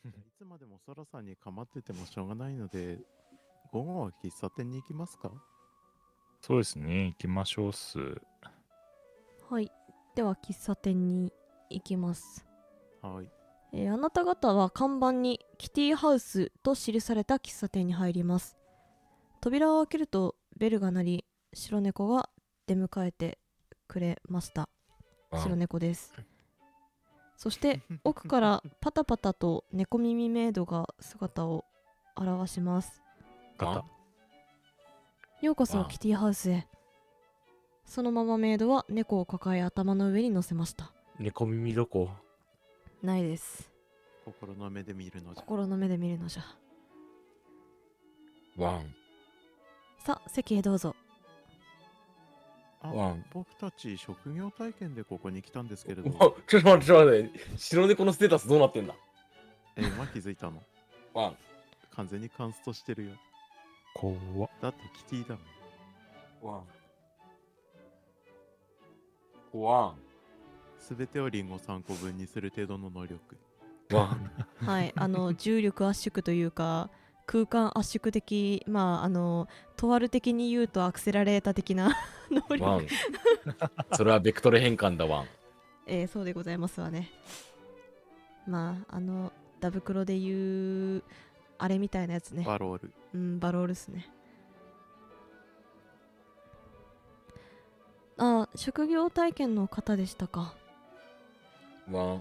いつまでもソラさんに構っててもしょうがないので、午後は喫茶店に行きますか？ そうですね、行きましょうっす。 はい。では喫茶店に行きます。 はい。 あなた方は看板にキティハウスと記された喫茶店に入ります。扉を開けるとベルが鳴り、白猫が出迎えてくれました。白猫です。そして奥からパタパタと猫耳メイドが姿を現します。 方。 ようこそキティハウスへ。そのままメイドは猫を抱え頭の上に乗せました。 猫耳どこ？ ないです。 心の目で見るのじゃ。 心の目で見るのじゃ。 ワン。 さあ、席へどうぞ。 ワン。 僕たち職業体験でここに来たんですけれど。 ちょっと待って、ちょっと待って。白猫のステータスどうなってんだ？ 今気づいたの。 ワン。 完全にカンストしてるよ。 怖っ。 だってキティだワン。ワン。 すべてをリンゴ3個分にする程度の能力。 ワン。 はい、重力圧縮というか空間圧縮的、トワル的に言うとアクセラレータ的な能力。 ワン。それはベクトル変換だワン。 そうでございますわね。ダブクロで言うあれみたいなやつね。 バロール。 バロールっすね。職業体験の方でしたか。 ワ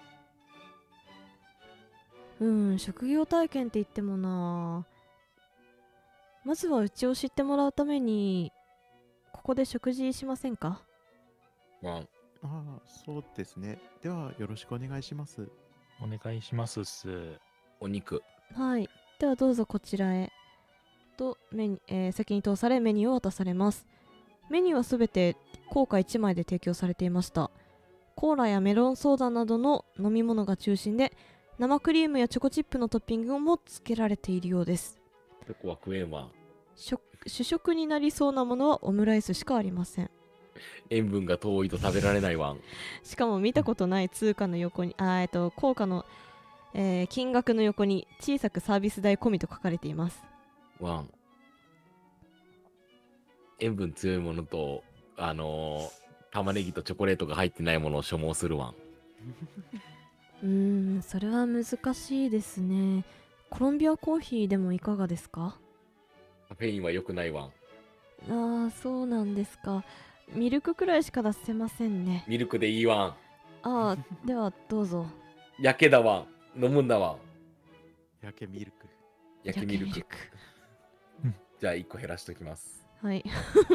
ン。職業体験って言ってもな、まずはうちを知ってもらうためにここで食事しませんか。 ワン。 そうですね。ではよろしくお願いします。 お願いしますっす。 お肉。 はい。ではどうぞこちらへ。と席に通されメニューを渡されます。メニューはすべて硬貨1枚で提供されていました。コーラやメロンソーダなどの飲み物が中心で、生クリームやチョコチップのトッピングもつけられているようです。 チョコは食えんわ。 主食になりそうなものはオムライスしかありません。 塩分が遠いと食べられないワン。 しかも見たことない通貨の横に硬貨の、金額の横に小さくサービス代込みと書かれています。 ワン。塩分強いものと玉ねぎとチョコレートが入ってないものを所望するワン。それは難しいですね。コロンビアコーヒーでもいかがですか。 カフェインは良くないワン。そうなんですか。ミルクくらいしか出せませんね。 ミルクでいいワン。ではどうぞ。 焼けだワン。飲むんだワン。 焼けミルク。 焼けミルク。じゃあ1個減らしときます。 はい。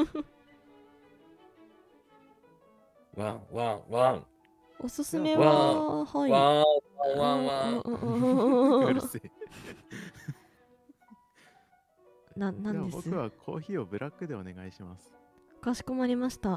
ワンワンワン。 おすすめは、はい。 ワンワンワン。 うるせえ。 なんです。 僕はコーヒーをブラックでお願いします。 かしこまりました。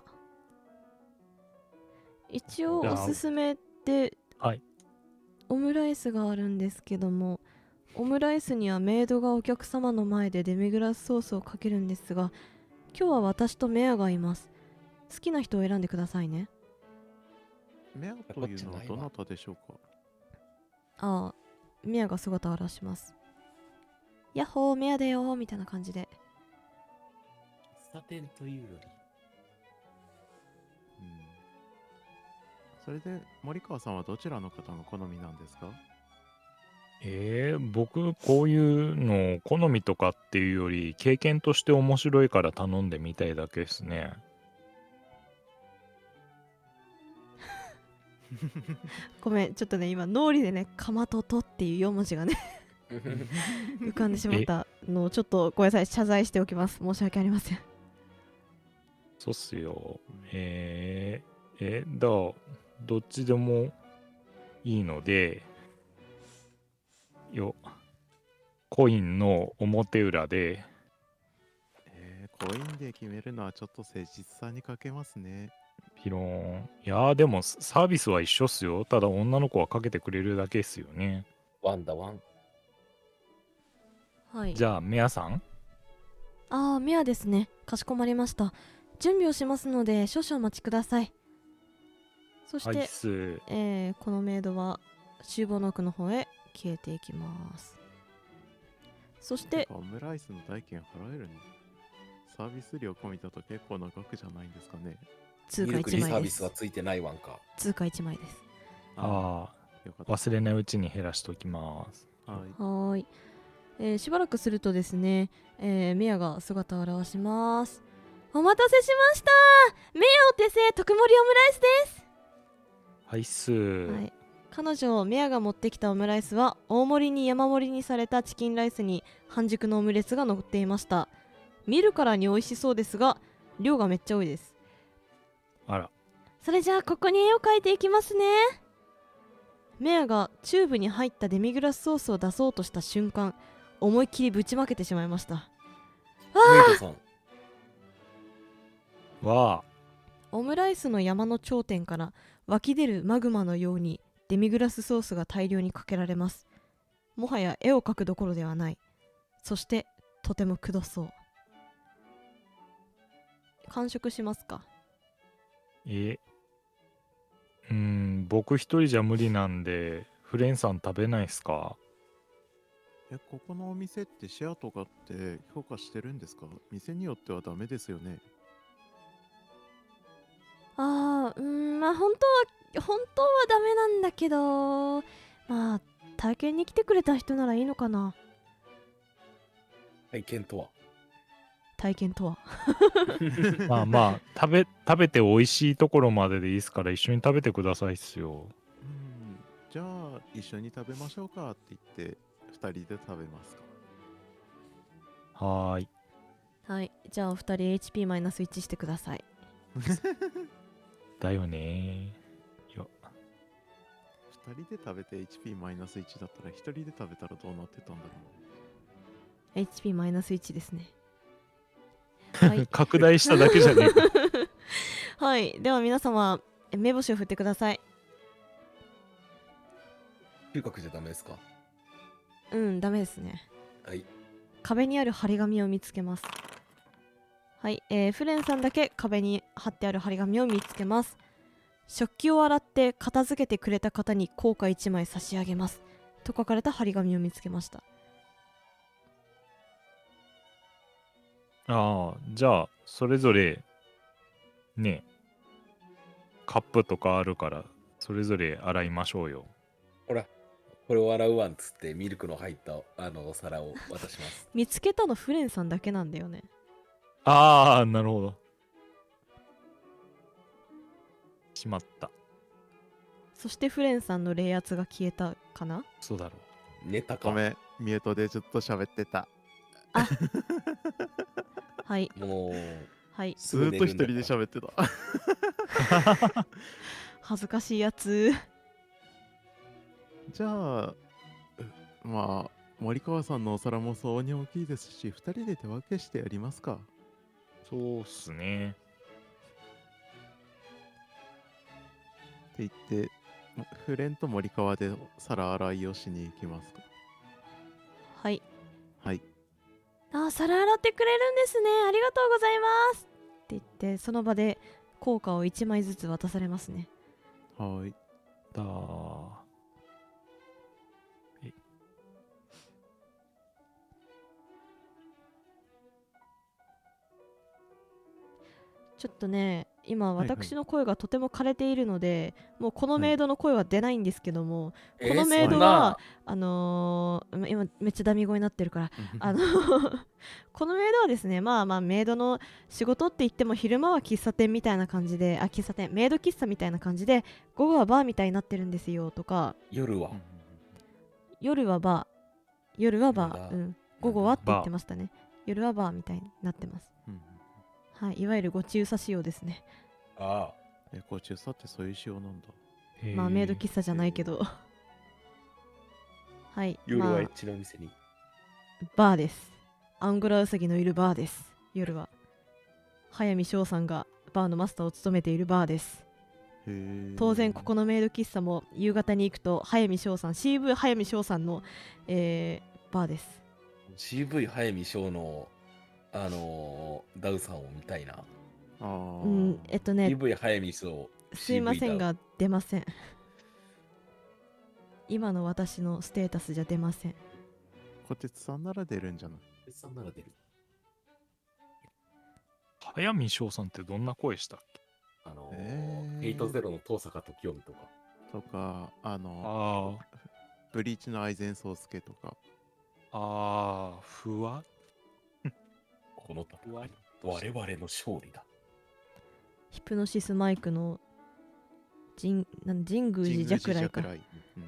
一応おすすめで、 はい、 オムライスがあるんですけども、オムライスにはメイドがお客様の前でデミグラスソースをかけるんですが、今日は私とメアがいます。好きな人を選んでくださいね。 メアというのはどなたでしょうか。 メアが姿を現します。ヤッホーメアだよみたいな感じで。 喫茶店というより。 それで森川さんはどちらの方の好みなんですか。 僕こういうの好みとかっていうより経験として面白いから頼んでみたいだけですね。 ごめん、ちょっとね今脳裏でねかまととっていう4文字がね浮かんでしまったのをちょっとごめんなさい、謝罪しておきます。申し訳ありません。 そうっすよ。どっちでもいいのでコインの表裏でコインで決めるのはちょっと誠実さに欠けますね。 ピローン。いやーでもサービスは一緒っすよ。ただ女の子はかけてくれるだけっすよね。 ワンだワン。 はい。 じゃあメアさん。 メアですね。かしこまりました。準備をしますので少々お待ちください。そして、 はいっす。 このメイドは厨房の奥の方へ消消えていきます。そしててかオムライスの代金払えるの？サービス料込みだと結構な額じゃないんですかね。 通貨1 ミルクにサービス枚です。 はついてないわんか。 通貨1枚です。 ああ、 よかった。 忘れないうちに減らしときます。 はい。 はーい。しばらくするとですね、メアが姿を現します。お待たせしました。メアお手製特盛りオムライスです。 はいっす。 はい、彼女メアが持ってきたオムライスは大盛りに山盛りにされたチキンライスに半熟のオムレツが乗っていました。見るからに美味しそうですが量がめっちゃ多いです。 あら、 それじゃあここに絵を描いていきますね。メアがチューブに入ったデミグラスソースを出そうとした瞬間、思いっきりぶちまけてしまいました。 メイトさん。 わあ、 オムライスの山の頂点から湧き出るマグマのようにデミグラスソースが大量にかけられます。もはや絵を描くどころではない。そしてとてもくどそう。完食しますか？ 僕一人じゃ無理なんで、フレンさん食べないっすか？ ここのお店ってシェアとかって評価してるんですか？店によってはダメですよね。 まあ本当はダメなんだけど、まあ体験に来てくれた人ならいいのかな。 体験とは。 体験とはまあまあ、食べて美味しいところまででいいっすから一緒に食べてくださいっすよ。 じゃあ一緒に食べましょうかって言って2人で食べますか。 はーい。 はい、じゃあお二人 HP マイナス1してください。 だよねー。よ 2人で食べて HP マイナス1だったら1人で食べたらどうなってたんだろ HP マイナス1ですね。はい、 拡大しただけじゃねえか。 はい、では皆様目星を振ってください。 嗅覚じゃダメですか？ ダメですね。 はい。 壁にある張り紙を見つけます。はい、フレンさんだけ壁に貼ってある張り紙を見つけます。食器を洗って片付けてくれた方に硬貨1枚差し上げますと書かれた張り紙を見つけました。 ああ、じゃあ、それぞれ、ね、カップとかあるから、それぞれ洗いましょうよ。 ほら、これを洗うわんっつってミルクの入ったお皿を渡します。 見つけたのフレンさんだけなんだよね。 ああ、なるほど。しまった。 そしてフレンさんの冷圧が消えたかな。 そうだろ寝たか。 う。ごめん、ミュートでずっと喋ってた。 はいもう、 はい、 ずーっと一人で喋ってた。 恥ずかしいやつ。 じゃあ、まあ、森川さんのお皿も相応に大きいですし、2人で手分けしてやりますか。 う。そうっすね。 って言って、フレンと森川で皿洗いをしに行きますか。 はい。 はい。 皿洗ってくれるんですね。ありがとうございますって言ってその場で硬貨を1枚ずつ渡されますね。 はい。 だー。 ちょっとね今はいはい私の声がとても枯れているので、もうこのメイドの声は出ないんですけども、このメイドは今めっちゃダミ声になってるからこのメイドはですね、まあメイドの仕事って言っても昼間は喫茶店みたいな感じで、喫茶店メイド喫茶みたいな感じで、午後はバーみたいになってるんですよとか、 夜は、 夜はバー、午後はって言ってましたね。夜はバーみたいになってます。はい、いわゆるご中佐仕様ですね。 ああ。 ご中佐ってそういう仕様なんだ。 まあメイド喫茶じゃないけどはい、 夜はエッチなお店に、 バーです。アンゴラウサギのいるバーです。夜は早見翔さんがバーのマスターを務めているバーです。当然ここのメイド喫茶も夕方に行くと早見翔さん CV 早見翔さんの、バーです。 CV 早見翔のダウさんを見たいな。 CV 早見翔すいませんが出ません。 今の私のステータスじゃ出ません。 小鉄さんなら出るんじゃない？ 鉄さんなら出る。 早見翔さんってどんな声したっけ？ ヘイトゼロの遠坂時臣とか。 とか、 あブリーチの愛禅宗介とか。 ふわこの戦い、我々の勝利だ。 ヒプノシスマイクの神宮寺ジャクライか。 うん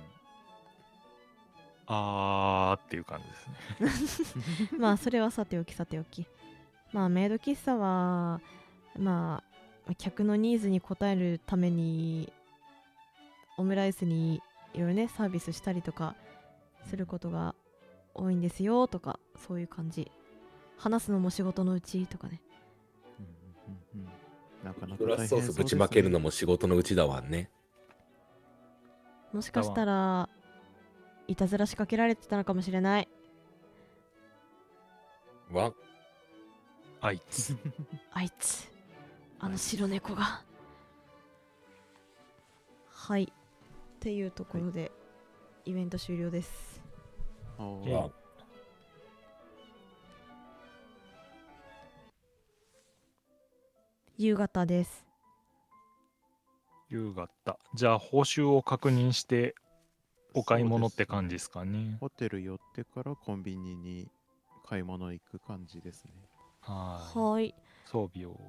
っていう感じですね。 まあそれはさておき。まあメイド喫茶はまあ客のニーズに応えるためにオムライスにいろいろねサービスしたりとかすることが多いんですよとか、そういう感じ。話すのも仕事のうちとかね。 なかなかグラスソースぶちままけるのも仕事のうちだわんね。 もしかしたらいたずら仕掛けられてたのかもしれない。 わん。 あいつ。 あいつ、あの白猫が。はい。っていうところで、イベント終了です。 わん。 夕方です。 夕方。じゃあ報酬を確認してお買い物って感じですかね。 ホテル寄ってからコンビニに買い物行く感じですね。 はい。装備を。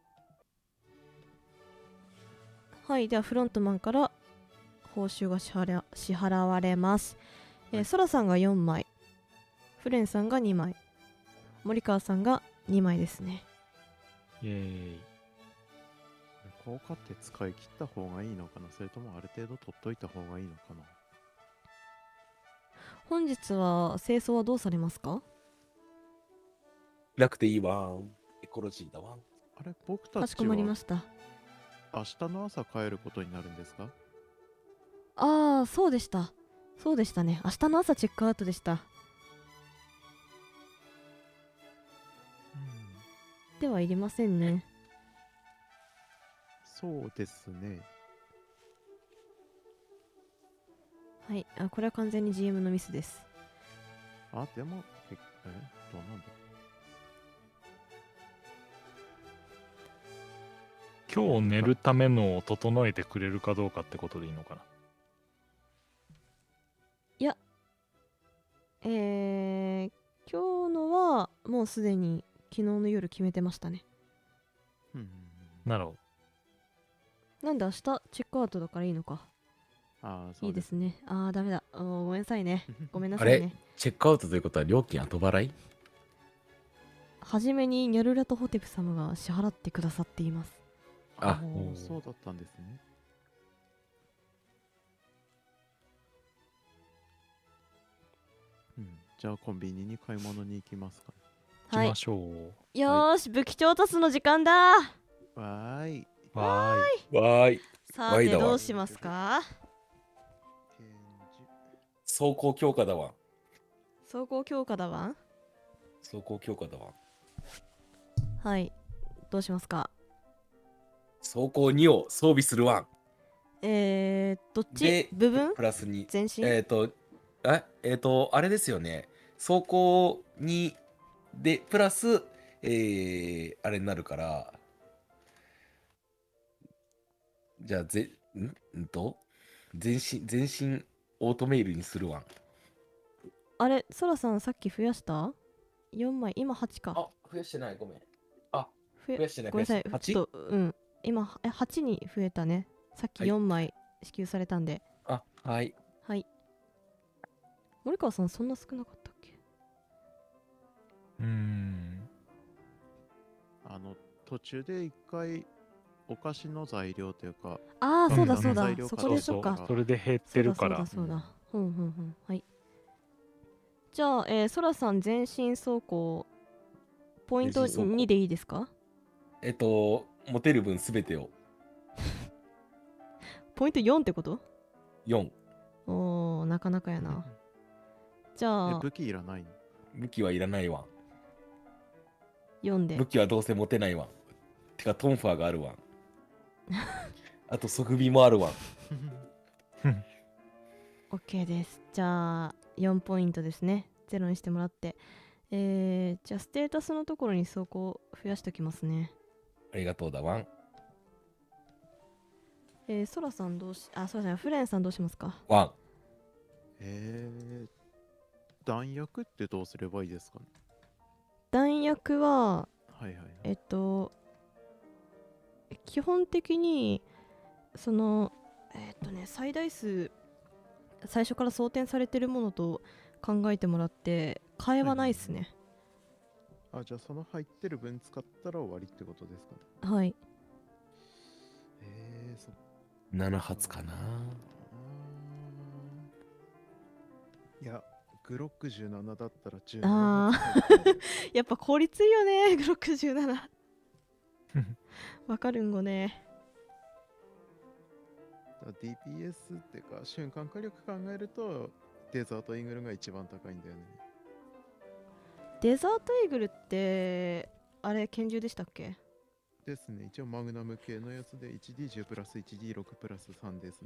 はい。ではフロントマンから報酬が支払われます。ソラさんが4枚、フレンさんが2枚、森川さんが2枚ですね。 イエーイ。 効果って使い切った方がいいのかな、それともある程度取っといた方がいいのかな。 本日は清掃はどうされますか？ なくていいわん。エコロジーだわん。 あれ、僕たちはかしこまりました。 明日の朝帰ることになるんですか？ ああ、そうでした。そうでしたね。明日の朝チェックアウトでした。ではいりませんね。 そうですね。 はい。これは完全に GM のミスです。 あ、でも、どうなんだ。 今日寝るためのを整えてくれるかどうかってことでいいのかな。 いや、今日のはもうすでに昨日の夜決めてましたね。 なるほど。 なんで明日チェックアウトだからいいのか。 そういいですね。ダメだ。ごめんなさいね。ごめんなさあれいね。 チェックアウトということは料金後払い？ はじめにニャルラとホテプ様が支払ってくださっています。 あ、 そうだったんですね。じゃあコンビニに買い物に行きますか。 行きましょう。 よーし、武器調達の時間だ。 わーい。 わーい。 わーい。 さてどうしますか？ 走行強化だわ。 走行強化だわ。 走行強化だわ。 はい。どうしますか？ 走行2を装備するわん。 どっち？ で、 部分？ プラス2。 全身？ あれですよね。走行2で、プラス、あれになるから、じゃあ、全身オートメイルにするわん。 あれ、ソラさんさっき増やした？ 4 枚、今8か。 あ、増やしてない、ごめん。あ、 増やしてない。 ごめんなさい。 8？ ちょっと、今、8に増えたね。さっき4枚支給されたんで。 あ、はい。 はい。森川さん、そんな少なかったっけ？ 途中で一回お菓子の材料というか、 そうだそうだ、 材料そこでそっか。 それで減ってるから。 そうだ。はい。じゃあ、ソラさん全身走行ポイント2でいいですか？ 持てる分すべてを。 ポイント4ってこと？ 4。 なかなかやな。じゃあ武器いらないの？ 武器はいらないわ。 4で。 武器はどうせ持てないわ。てかトンファーがあるわ。あと即尾もあるわ。 OK です。じゃあ4ポイントですね。0にしてもらって。じゃあステータスのところに走行増やしておきますね。 ありがとうだワン。 ソラさんどうし、あ、そうじゃない、フレンさんどうしますか？ ワン。 弾薬ってどうすればいいですかね？ 弾薬は、 はいはいはい。 基本的に、その、最大数、最初から装填されてるものと考えてもらって、替えはないっすね。 あ、じゃあその入ってる分使ったら終わりってことですかね？ はい。 そっ 7発かな。 いや、グロック17だったら17 あ発入ってる。 やっぱ効率いいよね、グロック17。わかるんごね。 DPS っていうか瞬間火力考えるとデザートイーグルが一番高いんだよね。 デザートイーグルって、あれ、拳銃でしたっけ？ ですね。一応マグナム系のやつで 1D10 プラス 1D6 プラス3ですね。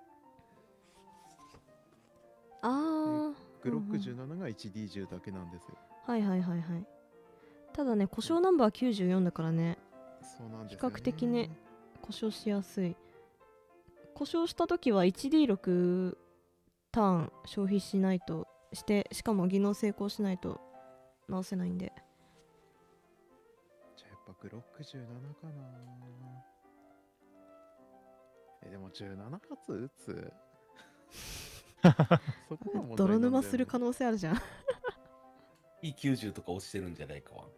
グロック17が 1D10 だけなんですよ。 はいはいはいはい。ただね、故障ナンバー94だからね、 そうなんです比よね。 較的ね、故障しやすい。故障した時は 1D6 ターン消費しないとして、しかも技能成功しないと直せないんで。 じゃあやっぱグロック17かな。でも17発撃つそこが問題なんだよね。 泥沼する可能性あるじゃん。 P90 とか落ちてるんじゃないかワン。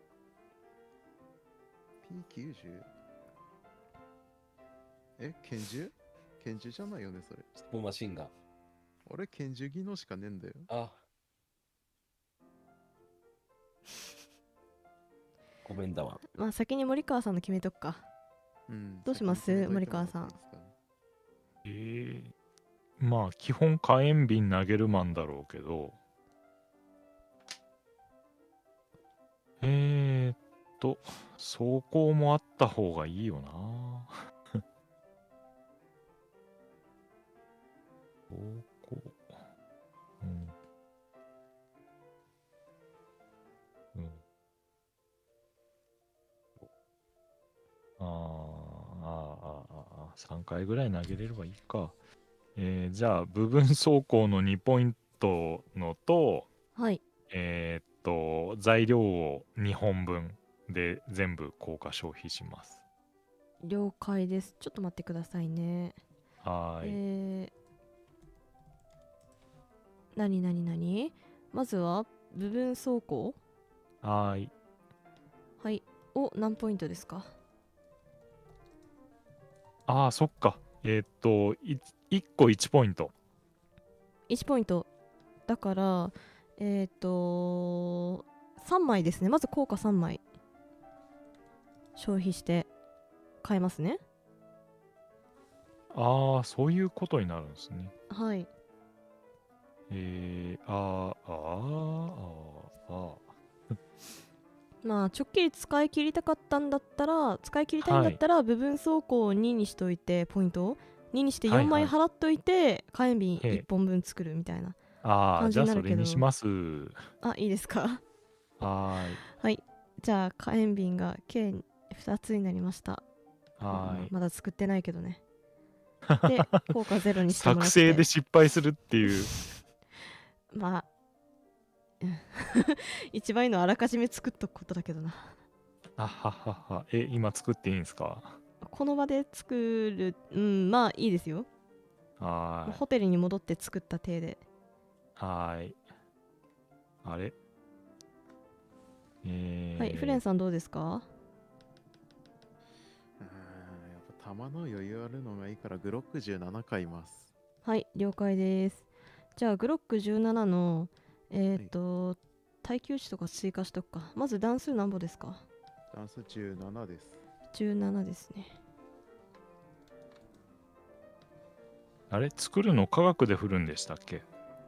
P90？ 拳銃？拳銃じゃないよね、それ。 スポマシンガン。 俺、拳銃技能しかねえんだよ。 あ。ごめんだわ。 まあ先に森川さんの決めとくか。 うん。 どうします森川さん。 まあ基本火炎瓶投げるマンだろうけど、走行もあった方がいいよな。走行。うん。うん。3回ぐらい投げれればいいか。じゃあ、部分走行の2ポイントのと、 はい。 材料を2本分で全部効果消費します。 了解です。ちょっと待ってくださいね。 はーい。 なにまずは部分走行。 はーい。 はい。何ポイントですか？ ああ、そっか。1個1ポイント。 1ポイント。だから、3枚ですね。まず効果3枚消費して買えますね。 ああ、そういうことになるんですね。 はい。まあちょっきり使い切りたかったんだったら、使い切りたいんだったら、部分走行を2にしといて、ポイントを2にして4枚払っといて、火炎瓶1本分作るみたいな感じになるけど。 じゃあそれにします。 あ、いいですか？ はい。 はい。じゃあ火炎瓶が計2つになりました。 はい。 まだ作ってないけどね。で、効果0にしてもらって。 作成で失敗するっていう。 まあ、一番いいのはあらかじめ作っとくことだけどな。 あははは。今作っていいんですか？ この場で作る、まあいいですよ。 はい。 ホテルに戻って作った体で。 はい。あれはい、フレンさんどうですか？ やっぱ弾の余裕あるのがいいからグロック17買います。 はい、了解です。じゃあグロック17の耐久値とか追加しとくか。まず段数何歩ですか？ 段数17です。 17ですね。 あれ作るの科学で振るんでしたっけ？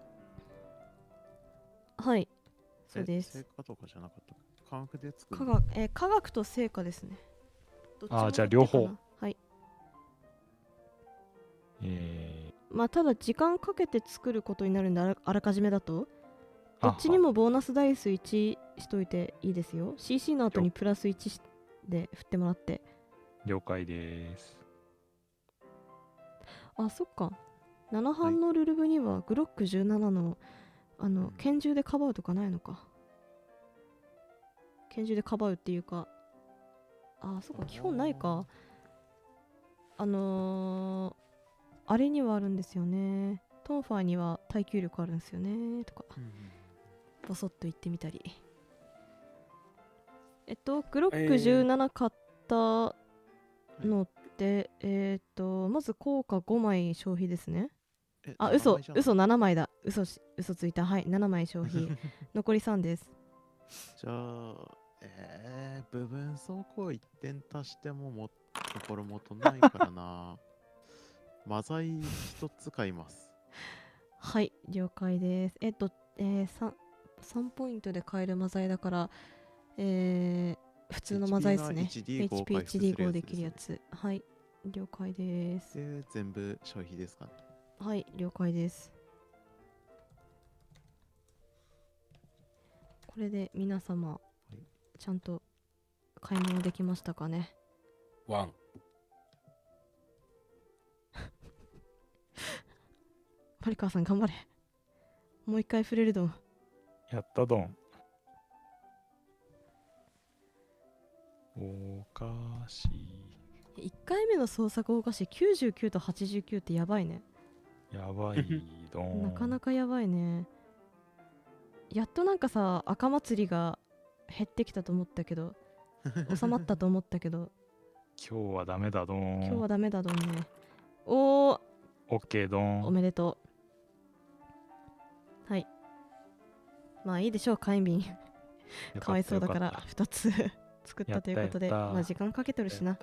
はい、そうです。 成果とかじゃなかった科学で作る科学と成果ですね。 じゃあ両方。 はい。 まあただ時間かけて作ることになるんで、あらかじめだとどっちにもボーナスダイス1しといていいですよ。 CC の後にプラス1で振ってもらって。 了解です。 あ、そっか。7班のルルブにはグロック17の拳銃でかばうとかないのか。拳銃でかばうっていうか、あ、そっか、基本ないか。あれにはあるんですよね。トンファーには耐久力あるんですよねとかボソッと言ってみたり。グロック17買ったのって、まず効果5枚消費ですね。あ、嘘7枚だ。嘘ついた。はい、7枚消費。残り3です。 じゃあ、部分走行1点足しても残るもとないからな。マザイ1つ買います。 はい、了解です。3ポイントで買えるマザイだから、普通のマザイですね。HP1D5 できるやつ。はい、了解です。 で、全部消費ですかね。 はい、了解です。これで皆様、ちゃんと買い物できましたかね。 ワン。 マリカーさん頑張れ。もう一回触れるドン。 やったドン。おかしい。 1回目の創作お菓子99と89ってやばいね。 やばいドン。 なかなかやばいね。やっとなんかさ、赤祭りが減ってきたと思ったけど、収まったと思ったけど、 今日はダメだドン。 今日はダメだドンね。おー、 オッケードン。 おめでとう。はい。まあいいでしょう、火炎瓶。かわいそうだから2つ作ったということで、まあ時間かけとるしな。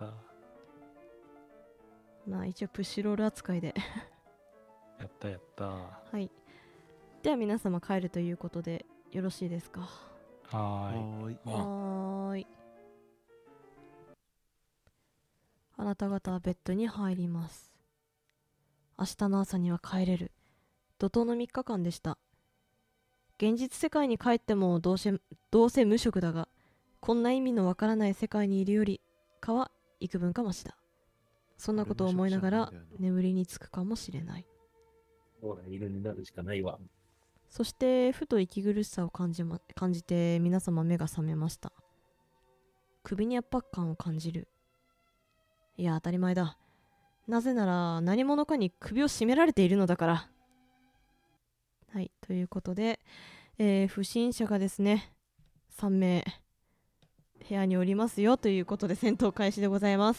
まあ一応プッシュロール扱いでやったやった。 はい。では皆様帰るということでよろしいですか。 はーい。あなた方はベッドに入ります。明日の朝には帰れる。怒涛の3日間でした。現実世界に帰ってもどうせ無職だが、こんな意味のわからない世界にいるよりかは幾分かましだ。そんなことを思いながら眠りにつくかもしれない。 そうだ、犬になるしかないわ。 そしてふと息苦しさを感じて皆様目が覚めました。首に圧迫感を感じる。いや当たり前だ。なぜなら何者かに首を絞められているのだから。はい、ということで、不審者がですね3名部屋におりますよということで戦闘開始でございます。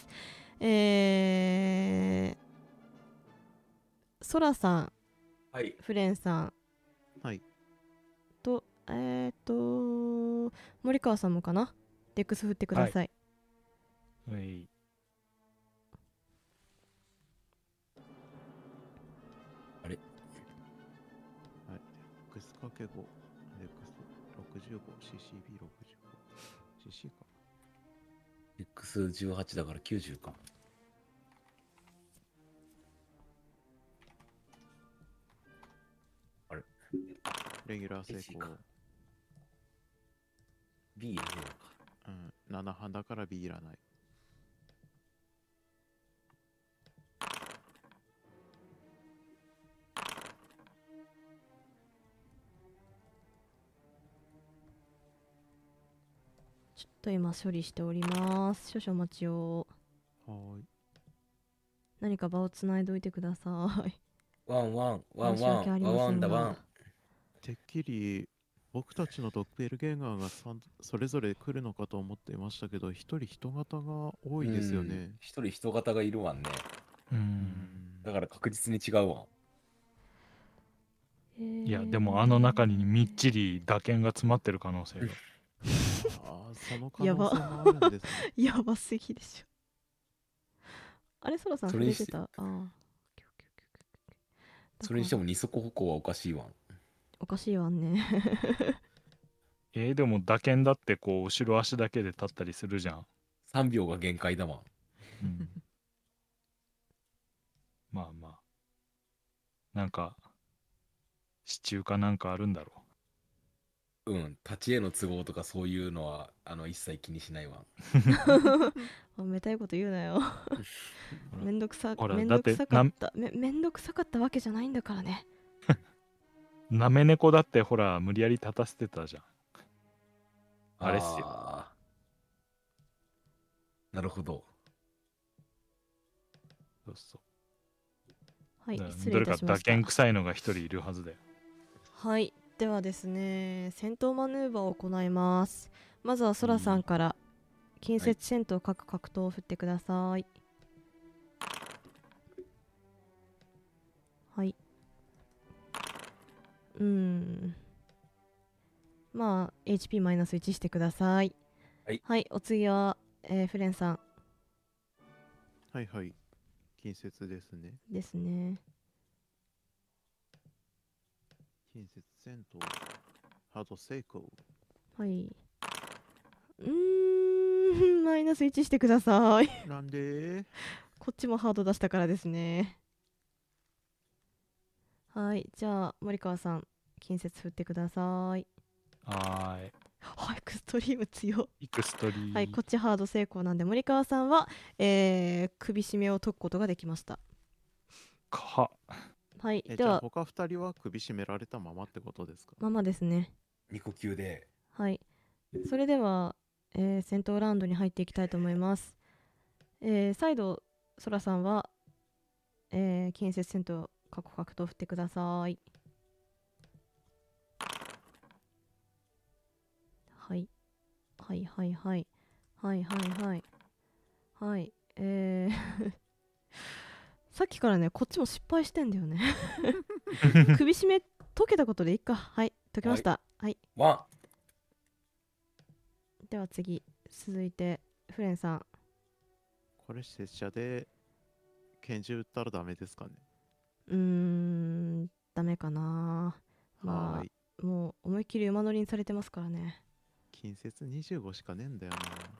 ソラさん、 はい、 フレンさん、 はい、 と森川さんもかな。デックス振ってください。 はい。 あれ、はい、X かけ5、X65、CCB65、CC か。 X18 だから90か。あれレギュラー成功。 B いらねえのか。 うん、7班だから B いらない。 ちょっと今処理しております。少々お待ちを。 はーい。 何か場をつないでおいてください。 ワンワンワン申し訳あワンりませんがワンだワン。 てっきり僕たちのドッペルゲンガーがそれぞれ来るのかと思っていましたけど、一人人型が多いですよね。 一人人型がいるわんね。だから確実に違うわ。 いやでもあの中にみっちり打鍵が詰まってる可能性がああ、その可能性もあるんですね。 やばすぎでしょ。あれ、ソラさん触れてた。 それにしても二足歩行はおかしいわん。 おかしいわんね。 でも打鍵だってこう後ろ足だけで立ったりするじゃん。 3秒が限界だわん。 まあまあなんか、支柱かなんかあるんだろうん、立ち絵の都合とかそういうのは一切気にしないわ。 めたいこと言うなよ。 う。 めんどくさほら、 めんだってどくさかっためんどくさかったわけじゃないんだからね。 なめ猫だってほら、無理やり立たせてたじゃん。あれっすよ。 あーなるほど。 そうそはい、 う。 失礼どれか打いたしました。 鍵臭いのが一人いるはずだよ。 はい、ではですね、戦闘マヌーバーを行います。まずはソラさんから近接戦闘各格闘を振ってください。はい。まあ HP マイナス1してください。 はい、 お次は、フレンさんはいはい。近接ですね。 ですね。 近接戦闘。ハード成功。 はい。マイナス1してください。 なんでこっちもハード出したからですね。はい、じゃあ森川さん近接振ってください。 はーい。 エクストリーム強。 イクストリー。 はい、こっちハード成功なんで森川さんは、首絞めを解くことができました。 か。 はい、 じゃあでは他二人は首絞められたままってことですか？ ままですね。 2呼吸で。 はい、それでは、戦闘ラウンドに入っていきたいと思います。再度ソラさんは、近接戦闘過去格闘振ってください。はいはいはいはいはいはいはいはい。さっきからねこっちも失敗してんだよね。首絞め解けたことでいいか。はい、解けました。はい、 ワでは次続いてフレンさん。 これ拙者で拳銃撃ったらダメですかね？ ダメかな。まはーい。 あもう思いっきり馬乗りにされてますからね。 近接25しかねえんだよな。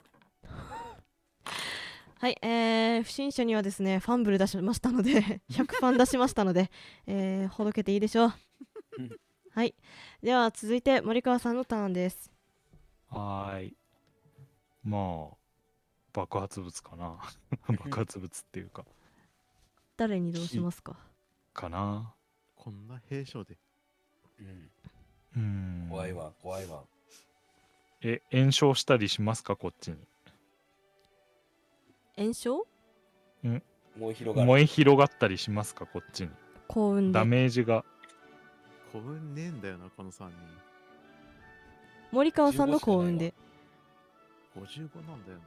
はい、不審者にはですねファンブル出しましたので100ファン出しましたので、ほどけていいでしょう。はい、では続いて森川さんのターンです。 はーい。まあ、爆発物かな。爆発物っていうか、 誰にどうしますか？ かな。 こんな兵所で。 怖いわ、怖いわ。 炎症したりしますか、こっちに。 炎症？ 燃え広がる。 燃え広がったりしますか、こっちに。 幸運で。 ダメージが。 幸運ねえんだよな、この3人。 森川さんの幸運で。 55なんだよな。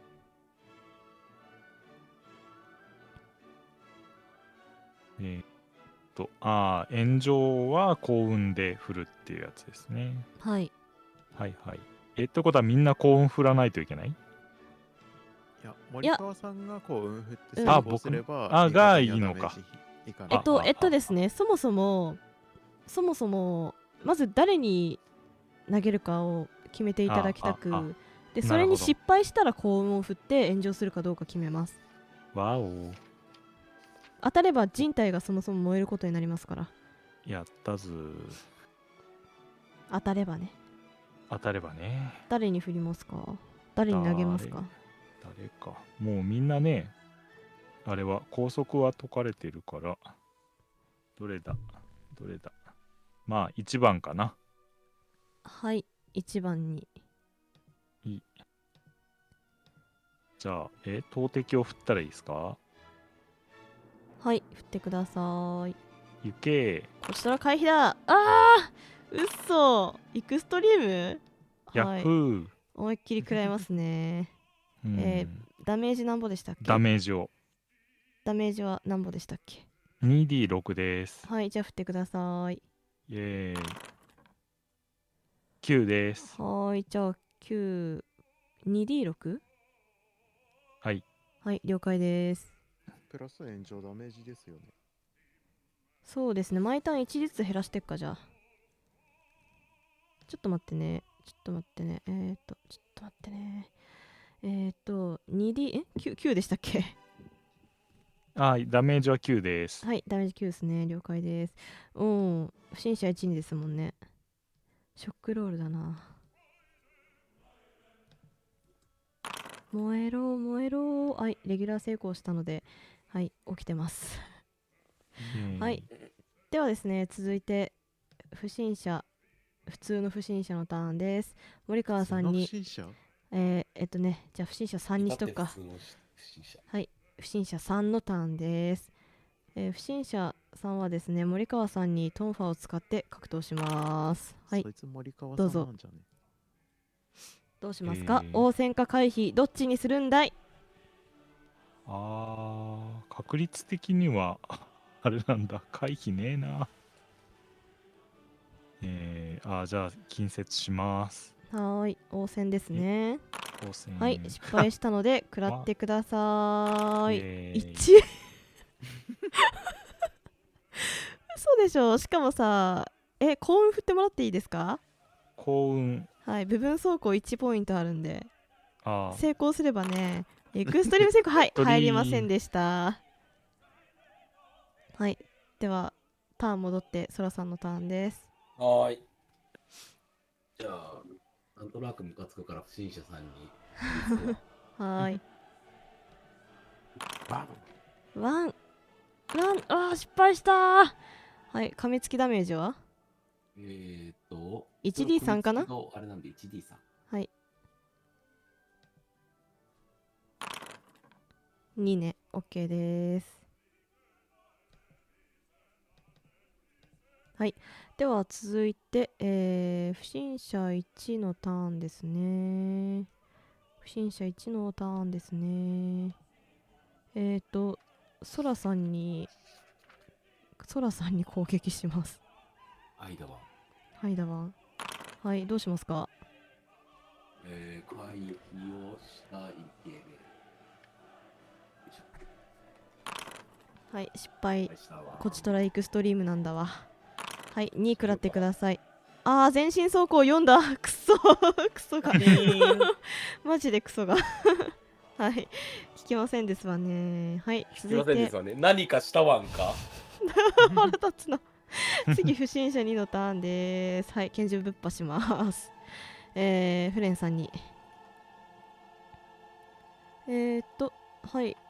炎上は幸運で振るっていうやつですね。 はいはいはい。ってことはみんな幸運振らないといけない？ いや、森川さんが幸運振ってうん成功すれば、 あ僕が味方にはいいのかダメージいかない。 ですね、そもそもまず誰に投げるかを決めていただきたく、でそれに失敗したら幸運を振って炎上するかどうか決めます。 わお。 当たれば人体がそもそも燃えることになりますから。 やったず。 当たればね。 当たればね。 誰に振りますか？誰に投げますか？ 誰か。もうみんなね、あれは拘束は解かれてるから、どれだまあ1番かな。 はい、1番に。 じゃあ投擲を振ったらいいですか？ はい、振ってください。 行け。 こちらの回避だ。うっそ、エクストリーム。 ヤッフー。 思いっきり食らいますね。ダメージなんぼでしたっけ？ ダメージはなんぼでしたっけ？ 2D6 です。 はい、じゃあ振ってください。 イエーイ。9です。 はい、じゃあ9、2D6？ はいはい、了解です。 プラス炎上ダメージですよね。 そうですね、毎ターン1ずつ減らしていくか。じゃあちょっと待ってね。ちょっと待ってね。2D、9でしたっけ？ ダメージは9です。 はい、ダメージ9ですね。了解です。うん、不審者1、2ですもんね。ショックロールだな。燃えろ、燃えろ。はい、レギュラー成功したので、はい、起きてます。はい。ではですね、続いて、不審者、普通の不審者のターンです。森川さんに、 不審者じゃあ不審者3にしとくか。 至って普通の不審者。 はい、不審者3のターンです。不審者さんはですね、森川さんにトンファを使って格闘します。はいそ、いつ森川どうんぞさなんじゃね？ どうしますか？ へー応戦か回避、どっちにするんだい？ 確率的にはあれなんだ、回避ねえな。じゃあ近接します。 はーい、応戦ですね。 当選はい、失敗したので食らってください。 イエーイ 1嘘でしょ。しかもさ、幸運振ってもらっていいですか？ 幸運。 はい、部分走行1ポイントあるんで、 あ成功すればね、エクストリーム成功、はい、 エクストリーム入りませんでした。はい、では、ターン戻って、ソラさんのターンです。 はーい。じゃあ、なんとなくムカつくから不審者さんに。 はーい。 バンワン、失敗したー。はい、噛みつきダメージは1D3 かな？ あれなんで 1D3。 はい。2ね、OK です。はい。では続いて、不審者1のターンですね。不審者1のターンですね。ソラさんに攻撃します。 はいだわ。 はいだわ。はい、どうしますか？ 回避をしたいけれはい、失敗。 したわ。 こちとらエクストリームなんだわ。はい、2食らってください。あー、全身走行4だ。くそクソがマジでクソがはい、聞きませんですわね。はい、 すいませんですわね。何かしたわんか。 腹立つな次不審者2のターンです。はい、拳銃ぶっ破しますフレンさんにはい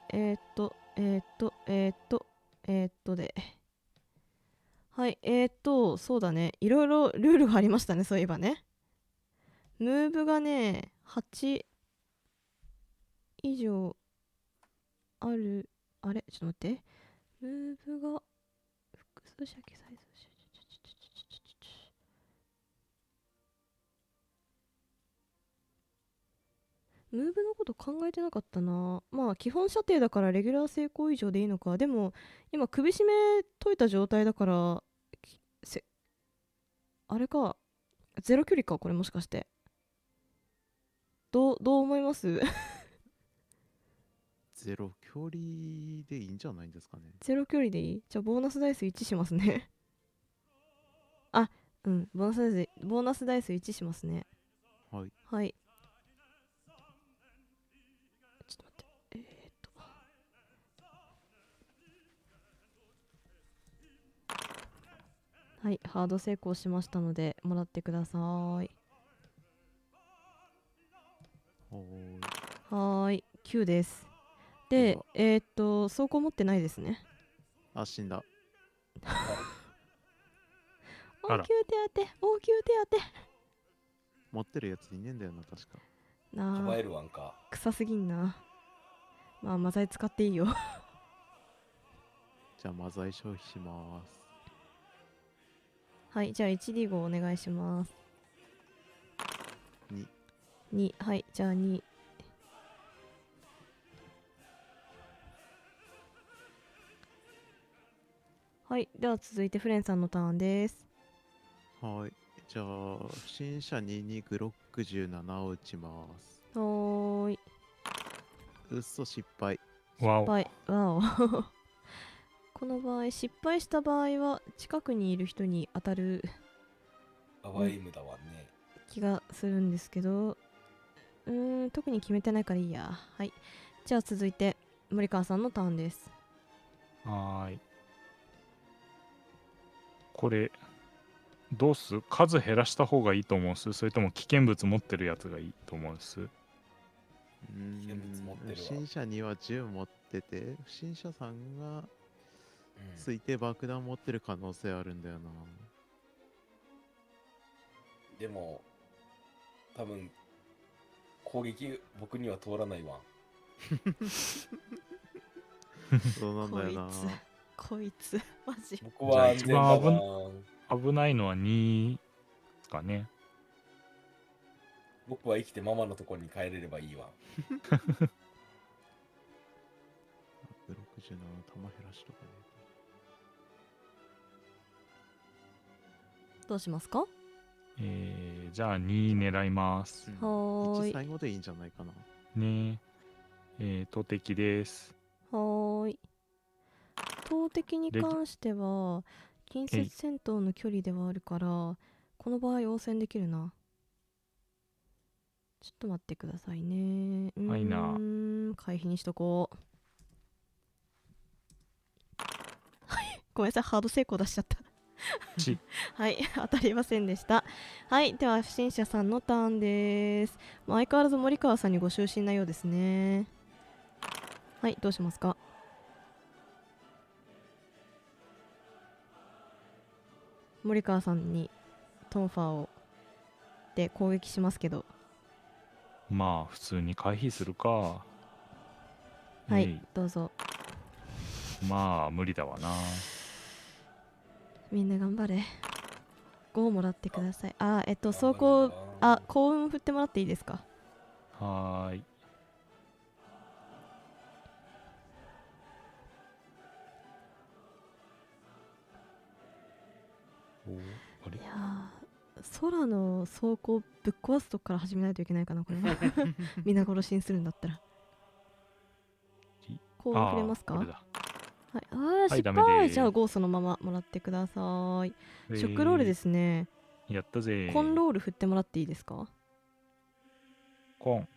ではいそうだね、いろいろルールがありましたね。そういえばね、ムーブがね8以上ある。あれちょっと待って、ムーブが複数射撃サイズムーブのこと考えてなかったな。まあ基本射程だからレギュラー成功以上でいいのか。でも今首絞め解いた状態だからあれか、ゼロ距離かこれ、もしかしてどう思いますゼロ距離でいいんじゃないんですかね。 ゼロ距離でいい？じゃあボーナスダイス1しますねあ、うん、ボーナスダイス1しますね。 はい。 はい、ちょっと待ってはい、ハード成功しましたのでもらってください。 ははーい、9です。で、走行持ってないですね。 あ、死んだ。 応急手当て、応急手当て。 持ってるやついねえんだよな、確か。 なあ、 かばえるわんか。 臭すぎんな。まあ、マザイ使っていいよじゃあ、マザイ消費します。 はい、じゃあ 1D5 お願いします。2、はい、じゃあ2。はい、では続いてフレンさんのターンです。 はい。じゃあ、不審者2にグロック17を撃ちます。 はーい。 嘘、失敗。 わお。 わおこの場合、失敗した場合は近くにいる人に当たるかわいい無駄はね。 気がするんですけど、特に決めてないからいいや。はい、じゃあ続いて森川さんのターンです。 はーい。これ、どうす数減らした方がいいと思うすそれとも危険物持ってるやつがいいと思うす危険物持ってるわ不審者には銃持ってて、不審者さんがうんついて爆弾持ってる可能性あるんだよな。 でも、多分、攻撃、僕には通らないわ。 そうなんだよな。 こいつマジ。 僕は安全だわじゃあ危ないのは2ですかね。 僕は生きてママのところに帰れればいいわ。 167弾減らしとかね。 どうしますか？ じゃあ2狙います。 はーい 1最後でいいんじゃないかな。 ね投擲です。 はーい。投擲に関しては近接戦闘の距離ではあるから、この場合応戦できるな。ちょっと待ってくださいね。 はいな回避にしとこう。ごめんなさい、ハード成功出しちゃったちはい当たりませんでした。はい、では不審者さんのターンです。相変わらず森川さんにご就寝なようですね。はい、どうしますか？森川さんにトンファーをで攻撃しますけど、 まあ普通に回避するか。 はいどうぞ。 まあ無理だわな。 みんな頑張れ。5もらってください。走行幸運振ってもらっていいですか？ はーい。あれいやー、空の走行ぶっ壊すとこから始めないといけないかな、これは。皆殺しにするんだったら。幸運振れますか？ これだ。 はい、 はい失敗。 ダメですじゃあ5そのままもらってください。ショックロールですね。 やったぜ。 コンロール振ってもらっていいですか？ コン。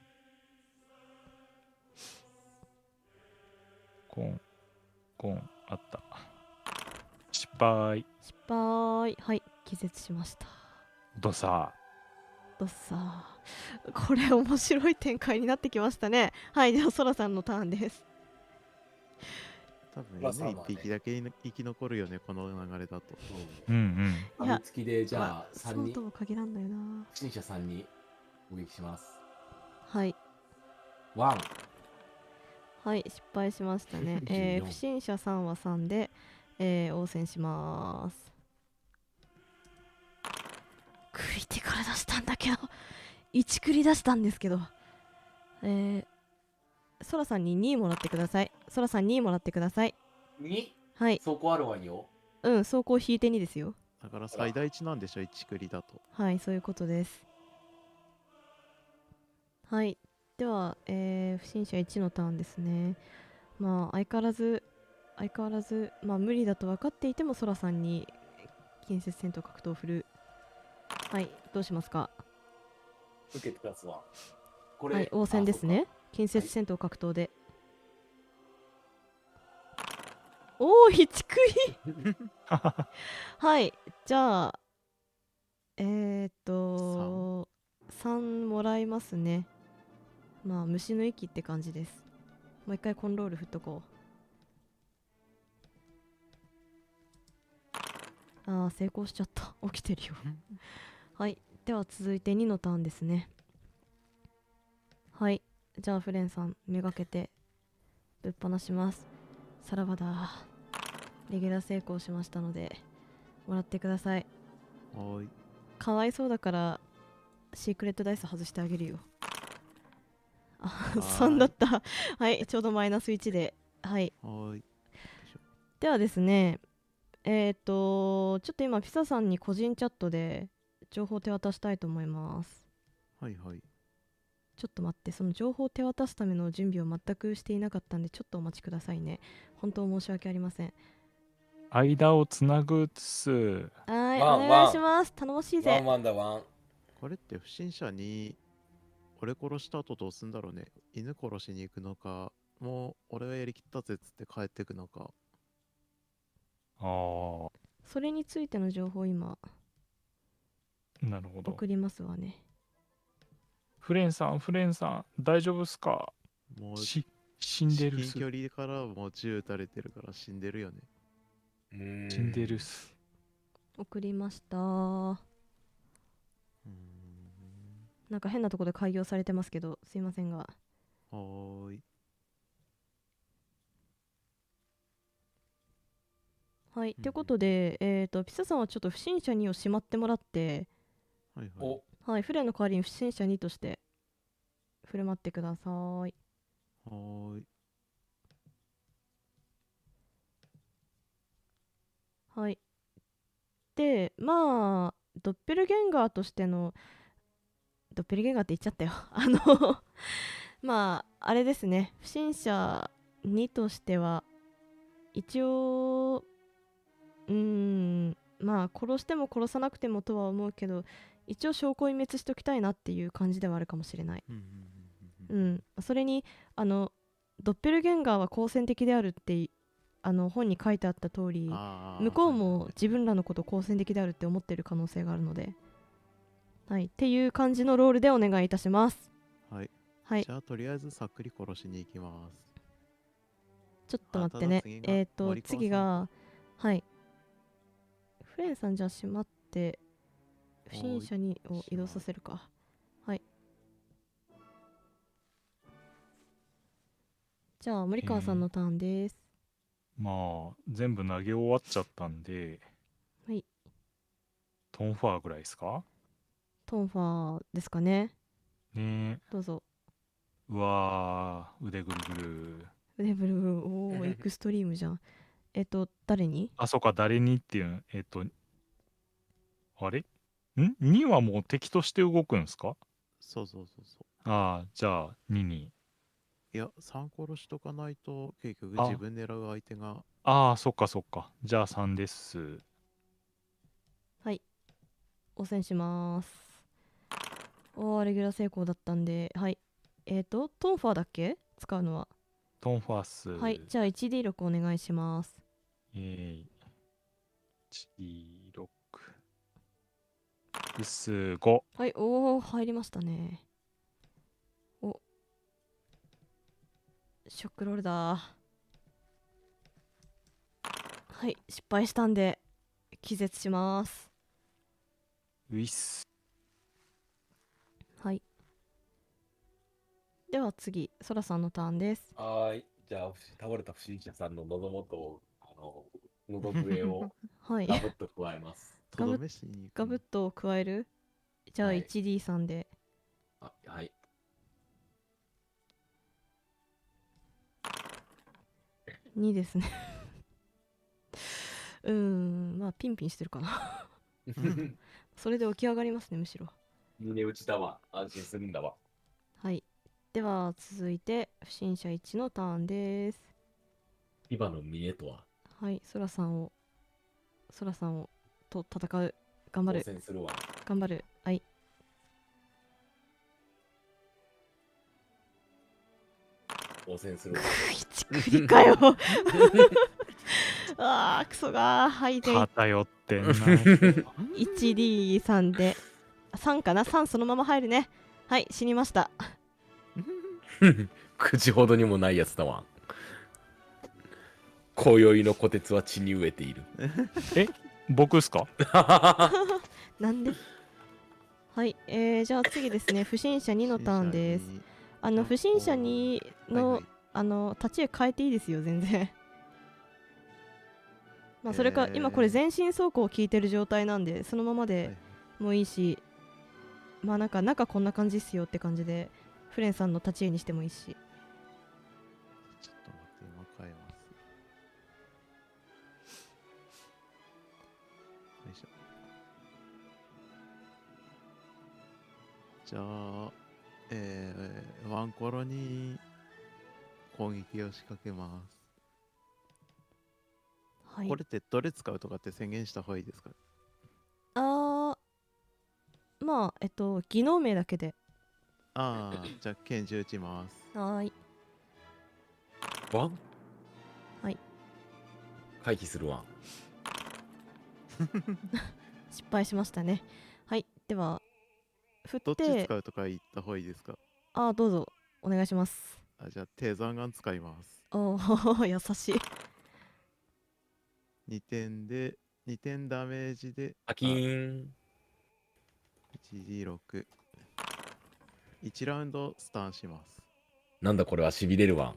コン。あった。失敗。 失敗。はい、気絶しました。 どさ。 どっさー。これ面白い展開になってきましたね。はい、ではソラさんのターンです。 多分まあそうだね犬1匹だけ生き残るよね、この流れだと。 うんうん。 いや網付きで、じゃあ、3人そうと、も限らんのよな。 不審者3に攻撃します。 はいワン。 はい失敗しましたね。 14 不審者3は3で、応戦します。クリティカル出したんだけど1クリ出したんですけど、ソラさんに2もらってください。ソラさん2もらってください。 2? はいそこあるわよ。 走行引いて2ですよ。 だから最大値なんでしょ、1クリだと。 はいそういうことです。はいでは、不審者1のターンですね。まあ相変わらずまあ無理だと分かっていてもソラさんに近接戦闘格闘を振る。はいどうしますか？ 受けてくださいわ。これ、 はい応戦ですね。近接はい戦闘格闘で、おお1クリはいじゃあ3もらいますね。まあ虫の息って感じです。もう一回コンロール振っとこう。成功しちゃった。起きてるよはいでは続いて2のターンですね。はいじゃあフレンさんめがけてぶっ放します。さらばだ。レギュラー成功しましたのでもらってください。 はーい。 かわいそうだからシークレットダイス外してあげるよ。3だった。はいちょうどマイナス1で、はいはーい。 ではですねちょっと今ピサさんに個人チャットで情報を手渡したいと思います。 はいはい。 ちょっと待って、その情報を手渡すための準備を全くしていなかったんでちょっとお待ちくださいね。本当申し訳ありません。 間をつなぐっす。 はいワンお願いします。頼もしいワぜン。ワンだワン。 これって不審者に俺殺した後どうすんだろうね。犬殺しに行くのか、もう俺はやりきったぜっつって帰ってくのか。 あそれについての情報を今あ、なるほど。 送りますわね。 フレンさん、大丈夫っすか？ もう、 死んでるっす。 至近距離からもう銃撃たれてるから死んでるよね。 死んでるっす。 送りました。 うーん。 なんか変なところで開業されてますけど、すいませんが。 はーい。 はい、 うんということで、ピサさんはちょっと不審者2をしまってもらって、 はいはい。 お、 はい、フレンの代わりに不審者2として振る舞ってください。 はーい。 はい。で、まあ、ドッペルゲンガーとしての、ドッペルゲンガーって言っちゃったよ。まあ、あれですね、不審者2としては、一応、まあ、殺しても殺さなくてもとは思うけど、一応証拠を隠滅しときたいなっていう感じではあるかもしれない。 うんうんうんうんそれに、ドッペルゲンガーは好戦的であるって本に書いてあった通り、 あー向こうもはいはいはい自分らのことを好戦的であるって思ってる可能性があるので、はい、っていう感じのロールでお願いいたします。 はい。 はい、 じゃあ、とりあえずさっくり殺しに行きます。 ちょっと待ってね。 ただ森川さん次が、はい。フレンさんじゃあ閉まって、不審者にを移動させるか。はい。じゃあ、森川さんのターンです。 まあ、全部投げ終わっちゃったんで、 はい。 トンファーぐらいですか？ トンファーですかね。 ねどうぞ。 え。うわー、腕ぐるぐる。 レベル、おー、エクストリームじゃん。誰に？ あ、そうか、誰にっていう、あれ ?2 はもう敵として動くんですか？ そうそうそうそう。 ああ、じゃあ、2に。 いや、3殺しとかないと、結局あ自分狙う相手が、 ああ、そっかそっか。じゃあ3です。 はい。汚染します。レギュラー成功だったんで、はい。トンファーだっけ使うのは。 トンファース。 はい。じゃあ 1D6 お願いします。 1、6。です5。 はい。入りましたね。ショックロールだ。はい。失敗したんで、気絶します。 ウィス。 はい。では次、ソラさんのターンです。 はーい。じゃあ、倒れた不審者さんの喉元を、喉笛をはい。 ガブッと加えます。 とどめしに行くガブッと加える？じゃあはい 1D3 で。 あ、はい。 2ですね。まあピンピンしてるかな。それで起き上がりますね、むしろ。 胸打ちだわ。安心するんだわ。 はい。では続いて、不審者1のターンです。 今の峰とは、 はい、ソラさんをと戦う。頑張当る。 選するわ。 頑張る。はい。 当選するわ。 一クリかよ。クソがー。はい、で、 偏ってんな。 1D3 で、3かな？ 3 そのまま入るね。はい、死にました。 口ほどにもないやつだわ。今宵の虎鉄は血に飢えている。 僕っすか？ なんで？はい、じゃあ次ですね、不審者2のターンです。不審者2の、立ち絵変えていいですよ、全然。まあ、それか、今これ全身走行を聞いてる状態なんで、そのままでもいいし、まあなんか中こんな感じっすよって感じで、フレンさんの立ち絵にしてもいいし。 ちょっと待って、今変えます。よいしょ。じゃあ、ワンコロに攻撃を仕掛けます。 はい。 これってどれ使うとかって宣言した方がいいですか？ まあ、技能名だけで。 ああ、じゃあ拳銃撃ちます。 はーい。 ワンはい。 回避するわ。 失敗しましたね。はい、では振っどっちて、 使うとか言った方がいいですか？ あ、どうぞお願いします。 あ、じゃあ、低山眼使います。 おお優しい。 2点で、2点ダメージで、 パキーン。 1D6。1ラウンドスタンします。 なんだこれはしびれるわ。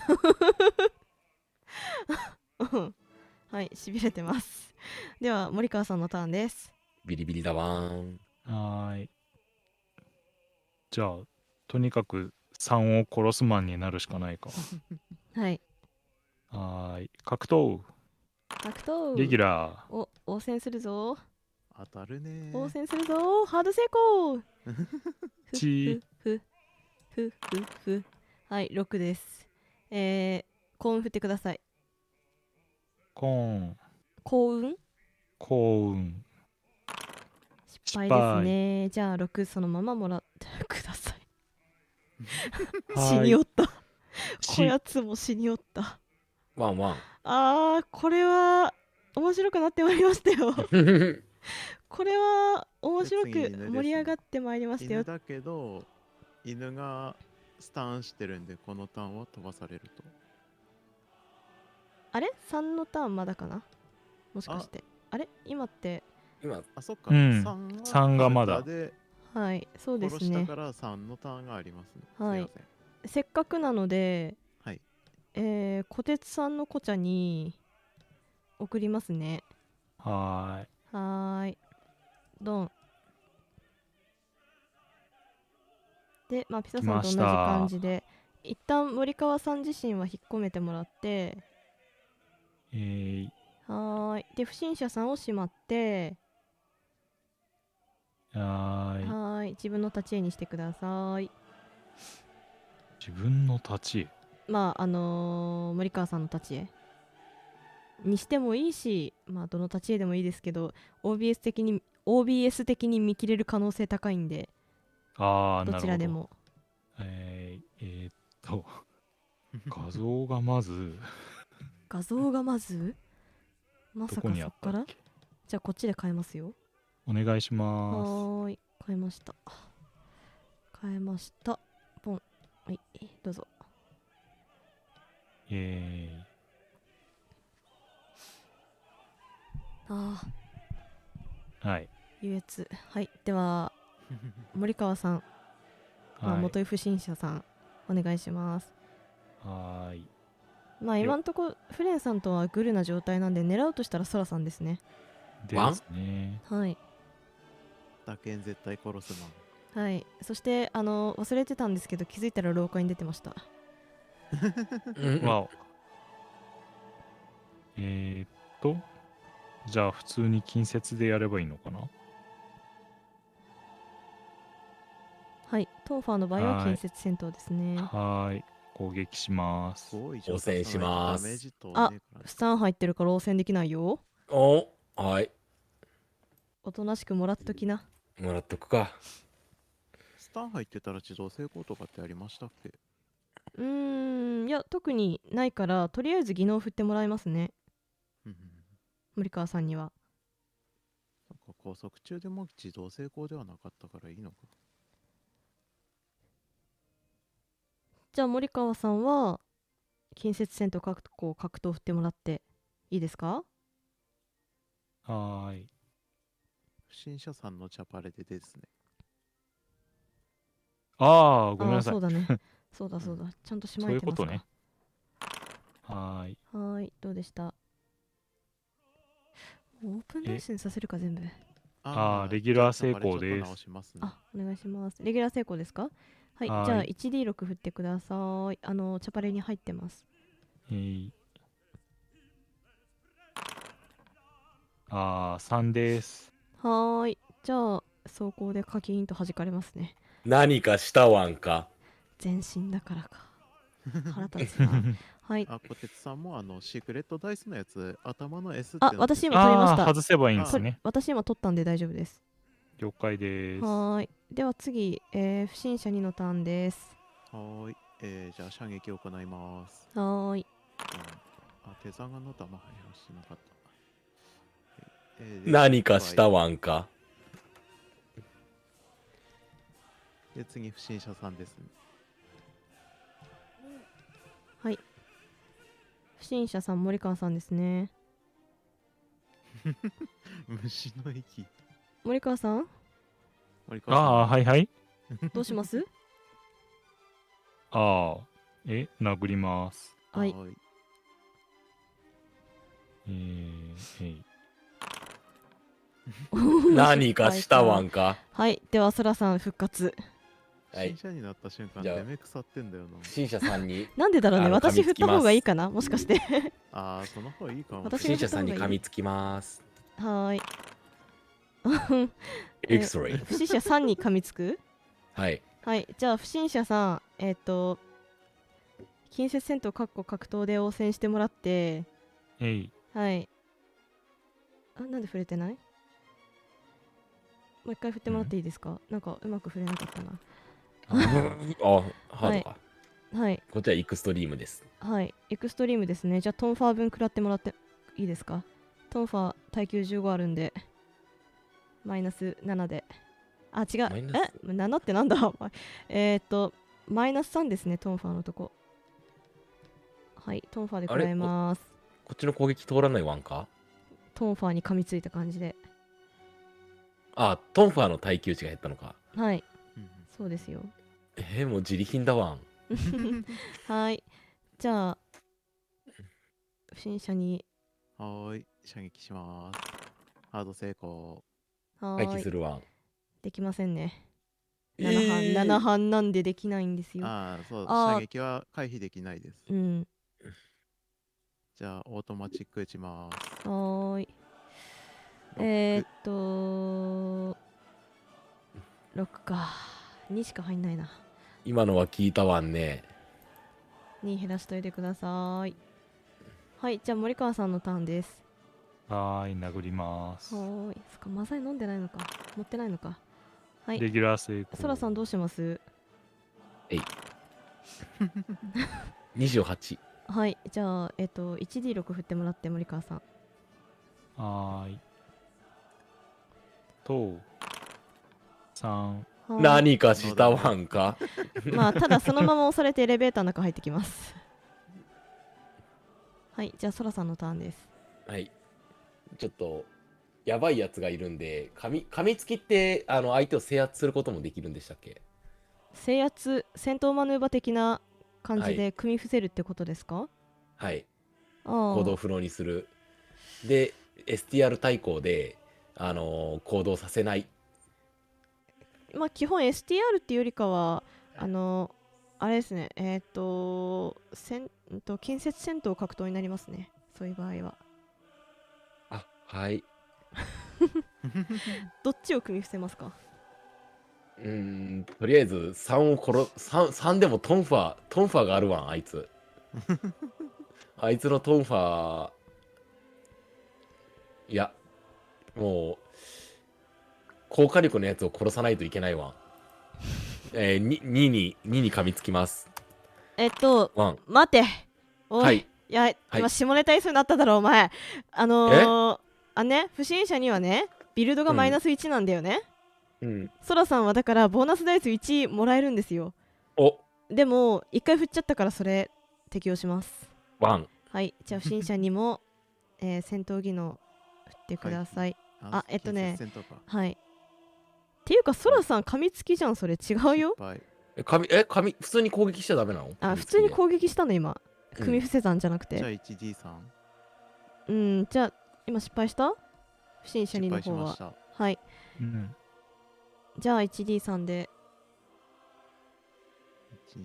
うんはい、しびれてます。では森川さんのターンです。 ビリビリだわーん。 はーい。じゃあ、とにかく3を殺すマンになるしかないか。 はい、 はーい。格闘、 格闘レギュラお、応戦するぞ。 当たるね応戦するぞ。ハード成功。ふちふふふふ。はい、6です。幸運振ってください。 ー、コーン、 幸運幸運。 失敗ですね。じゃあ6そのままもらってください。死はーい。 におった。こしやつも死におった。 ワンワこれは面白くなってまいりましたよ。 ン。 これは面白く次犬ですね盛り上がってまいりましたよ犬。だけど、犬がスタンしてるんで、このターンは飛ばされると。 あれ ?3 のターンまだかなもしかして。あれ今って、 今、 あ、そっか。 うん 3は 3がまだカウンターではい、そうで殺すね。 したから3のターンがありますね。 はいすいません。 せっかくなので、 はい。 小鉄さんの紅茶に送りますね。 はーい。 はーい。ドン。で、まあ、ピサさんと同じ感じで、一旦森川さん自身は引っ込めてもらって、はーい。で、不審者さんをしまって、 はーい。 はーい。自分の立ち絵にしてください。 自分の立ち絵。 まあ、森川さんの立ち絵にしてもいいし、まあ、どの立ち絵でもいいですけど、OBS 的に見切れる可能性高いんで、 あー、 どなるほど。 ちらでも。 画像がまず、 画像がまずまさかどこにあそっからったっけ？ じゃあこっちで変えますよ。 お願いしまはーい、変えました。変えました。ポン。はい、どうぞ。 す。 ああ、 はい。 優越。はい、では、森川さん、まあ、 はい。 元井不審者さん、お願いします。 はーい。 まあ、今んとこ、フレンさんとはグルな状態なんで、狙うとしたらソラさんですね。 ですね。 はい。 だけん絶対殺すマン。 はい。そして、忘れてたんですけど、気づいたら廊下に出てました。 わお。じゃあ普通に近接でやればいいのかな？ はい。トーファーの場合は近接戦闘ですね。 はーい。攻撃します。 応戦しますダメージとあねえからねスタン入ってるから応戦できないよ。 お、はい。 おとなしくもらっときな。 もらっとくか。 スタン入ってたら自動成功とかってありましたっけ？ いや、特にないから、とりあえず技能振ってもらいますね。 うんうん。 森川さんには。 なんか高速中でも自動成功ではなかったからいいのか。 じゃあ森川さんは、近接戦と格闘振ってもらっていいですか？ はーい。 不審者さんのチャパレでですね。 あー、ごめんなさい。 そうだね。そうだそうだ。ちゃんとしまえてますか。 そういうことね。はーい。 はーい、どうでした？オープンレッスンさせるか全部。 レギュラー成功ですじゃあチャパレちょっと直しますね。 お願いします。レギュラー成功ですか？はい、 はーいじゃあ 1D6 振ってください。チャパレに入ってます。 3です。 はーい。じゃあ、走行でカキーンと弾かれますね。 何かしたわんか。 全身だからか。腹立つな。はい。 小鉄さんもシークレットダイスのやつ、頭の Sっての私今取りました。 外せばいいんですね。 私今取ったんで大丈夫です。 了解です。 はーい。では次、不審者2のターンです。 はーい。じゃあ射撃を行います。 はーい。 手ザガの弾入らしてなかった。 何かしたワンか。 で、次、不審者さんですね。 はい。不審者さん、森川さんですね。 虫の息。 森川さん、 森川さん。 ああ、はいはい。 どうしますああ、殴ります。 はい。 ーい。 えい。 何かしたワンか。 はい。では、そらさん復活。 はい不審者になった瞬間、 じゃあ出目腐ってんだよな。 不審者さんになんでだろうね。 噛私振ったみつきます方がいいかな、もしかして。 ああ、その方がいいかも。 私不審者さんに噛みつきます。 はーい。 エクストレイ。 不審者さんに噛みつく。 はい。 はい。じゃあ、不審者さん、近接戦闘格闘で応戦してもらって、 えい。 はい。あ、なんで触れてない？もう一回振ってもらっていいですか？なんかうまく振れなかったな。 あ、ハードか。 はい。 こっちはエクストリームです。 はい。エクストリームですね。じゃあ、トンファー分食らってもらっていいですか？トンファー耐久15あるんで、マイナス7で。あ、違う。 マイナス 7ってなんだマイナス3ですね、トンファーのとこ。はい、トンファーで食らいます。 こっちの攻撃通らないワンか。 トンファーに噛みついた感じで。 あ、トンファーの耐久値が減ったのか。 はい、 うんそうですよ。 もう自利品だワン。 はい。じゃあ、不審者に。 はーい。射撃します。ハード成功。 回はーい。 避するワン。 できませんね。 え 7半、 ー 7半なんでできないんですよ。 ああ、そう。 あー射撃は回避できないです。 うん。 じゃあ、オートマチック打ちます。 はーい。 ロック 6か。2しか入んないな。 今のは聞いたワンね。 2減らしといてください。はい、じゃあ森川さんのターンです。 はーい、殴ります。 はーい。そっか、マザイ飲んでないのか。持ってないのか。はい。 レギュラー成功。 そらさんどうします？ 28。 はい。じゃあ、1D6 振ってもらって森川さん。 はーい。と、3。 はーい。 何かしたワンか。 まあ、ただそのまま押されてエレベーターの中入ってきます。はい。じゃあ、そらさんのターンです。 はい。ちょっとやばいやつがいるんで、噛みつきって相手を制圧することもできるんでしたっけ？ 制圧、戦闘マヌーバ的な感じはで組み伏せるってことですか？ はい。 あ行動あ。 不能にする。で、STR 対抗で、行動させない。 まあ、基本 STR っていうよりかは、あれですね、近接戦闘格闘になりますね。そういう場合は。 あ、はい。 どっちを組み伏せますか？ とりあえず3でもトンファーがあるわん、あいつ。あいつのトンファー、いや、もう、高火力のやつを殺さないといけないわん。2に噛みつきます。ワン。 待て。おい。 はい。 いや、 はい今下ネタ言いそうになっただろ、お前。不審者にはね、ビルドがマイナス1なんだよね。ソラさんはだからボーナスダイス1もらえるんですよ。 お、 でも、1回振っちゃったからそれ適用します。 ワン。 はい。じゃあ不審者にも、戦闘技能振ってください。 近接戦闘かはい。っていうか、ソラさん噛みつきじゃん、それ違うよ。 普通に攻撃しちゃダメなの？ あ、普通に攻撃したの今。 うん組み伏せたんじゃなくて。 じゃあ 1D さん。 じゃあ今失敗した？不審者にの方は。 失敗しました。 はい。 うん。 じゃあ 1D さんで。 1、2、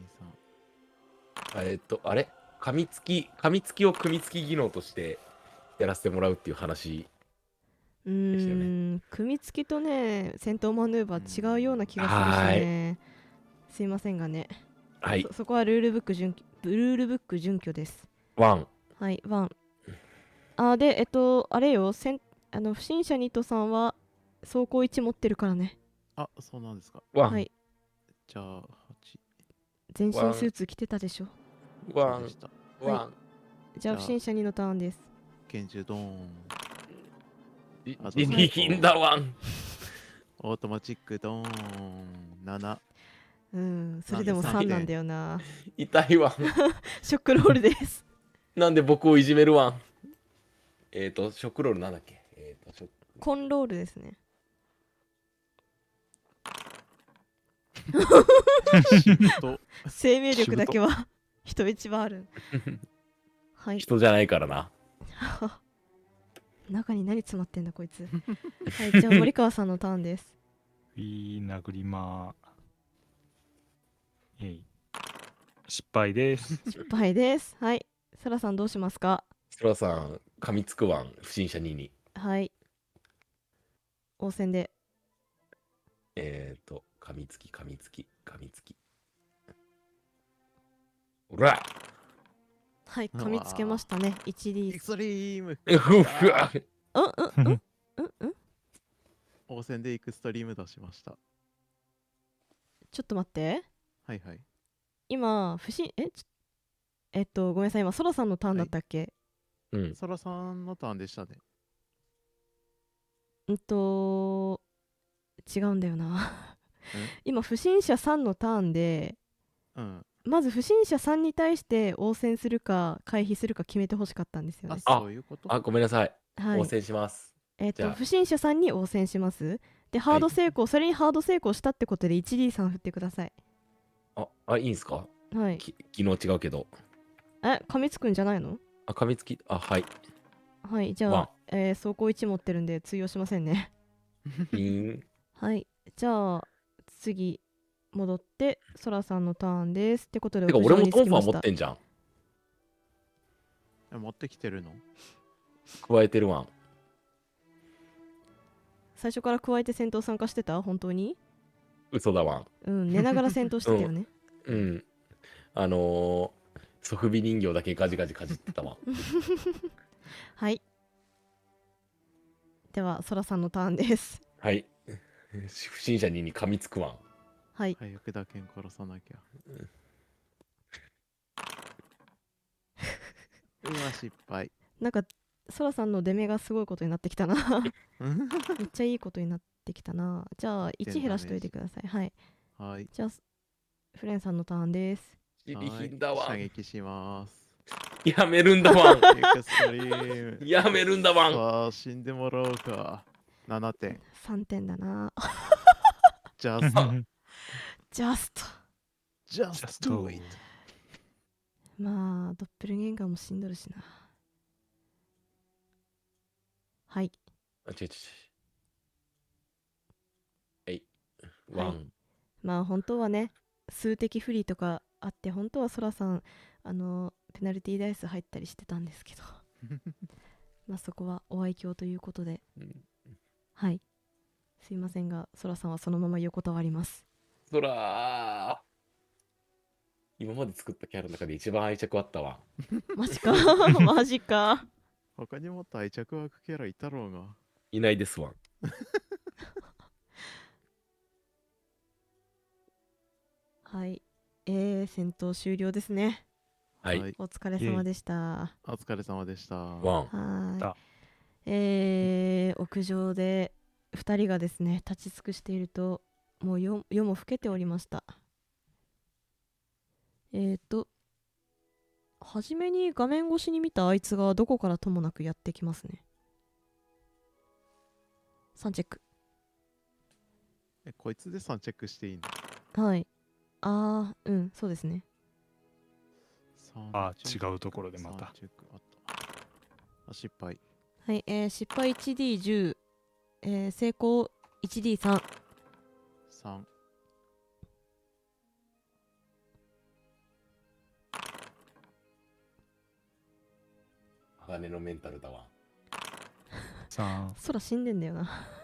あれ噛みつきを組みつき技能としてやらせてもらうっていう話。ですよ組みつきとね、戦闘マヌーバー違うような気がするしね。すいませんがね。 はい。 そこはルールブック準拠です。 ワン。 はい、ワン。で、あれよ、不審者ニトさんは走行1持ってるからね。 あ、そうなんですか。 ワン。 はい。 じゃあ、8。 全身スーツ着てたでしょ。 ワンでし。た。 ワン。 じゃあ不審者2のターンです。 拳銃ドーン。 あとリヒンだわん。 オートマチックドーン7。 それでもなんで 3なんだよな。 痛いわん。 ショックロールです。 なんで僕をいじめるわん。ショックロールなんだっけ。 コンロールですね。 シフト。 生命力だけは人一番ある。はい。 人じゃないからな。 中に何詰まってんだこいつ。はい、じゃあ森川さんのターンです。 殴りまー。失敗です。 失敗です。はい。サラさんどうしますか？ そらさん、噛みつくわん。不審者2に。 はい。応戦で。 噛みつき。おらはい、噛みつけましたね。 エ 1D ク。ストリーム。 うわ応戦でエクストリーム出しました。 ちょっと待って。 はいはい。 今、ごめんなさい。今、ソラさんのターンだったっけ？ うん。 ソラさんのターンでしたね。 違うんだよな。今、不審者3のターンで、まず不審者3に対して応戦するか回避するか決めてほしかったんですよね。 そういうこと。 ごめんなさい。 はい、 応戦します。じゃあ不審者3に応戦します。で、ハード成功、それにハード成功したってことで 1D3 振ってください。 いいんすか？ はい。 昨日違うけど。 噛みつくんじゃないの？ 噛みつき、はい。 はい、じゃあ、走行1持ってるんで通用しませんね。はい、じゃあ、次、戻って、ソラさんのターンです。ってことで、 てか、俺もトンファー持ってんじゃん。 持ってきてるの？ 加えてるわん。 最初から加えて戦闘参加してた？本当に？ 嘘だわん。寝ながら戦闘してたよね。 ソフビ人形だけガジガジかじってたわ。 はい。では、ソラさんのターンです。 はい。不審者2に噛みつくわん。 はい。 早くだけん殺さなきゃ。失敗。 なんか、ソラさんの出目がすごいことになってきたな。めっちゃいいことになってきたな。じゃあ、1減らしといてください。はい。 はい。 じゃあ、フレンさんのターンです。 射撃します。 やめるんだわん。やめるんだわん。 さあ、死んでもらおうか。7点。 3点だな。 ジャスト。 Just do it。まあ、ドッペルゲンガーも死んどるしな。はい。 ワン。 まあ、本当はね、数的不利とかあって、本当はソラさん、ペナルティーダイス入ったりしてたんですけど。まあ、そこはお愛嬌ということで。はい。すいませんが、ソラさんはそのまま横たわります。 ソラー。今まで作ったキャラの中で一番愛着あったわ。 マジかマジか。 他にもっと愛着湧くキャラいたろうが。 いないですわ。 はい。戦闘終了ですね。 はい。 お疲れ様でした。 お疲れ様でした。 はい。屋上で2人がですね、立ち尽くしていると、もう夜も更けておりました。はじめに画面越しに見たあいつがどこからともなくやってきますね。3チェック。 こいつで3チェックしていいの？ はい。そうですね。 違うところでまた。 失敗。 はい、失敗 1D10、成功 1D3。 3。 鋼のメンタルだわ。 空死んでんだよな。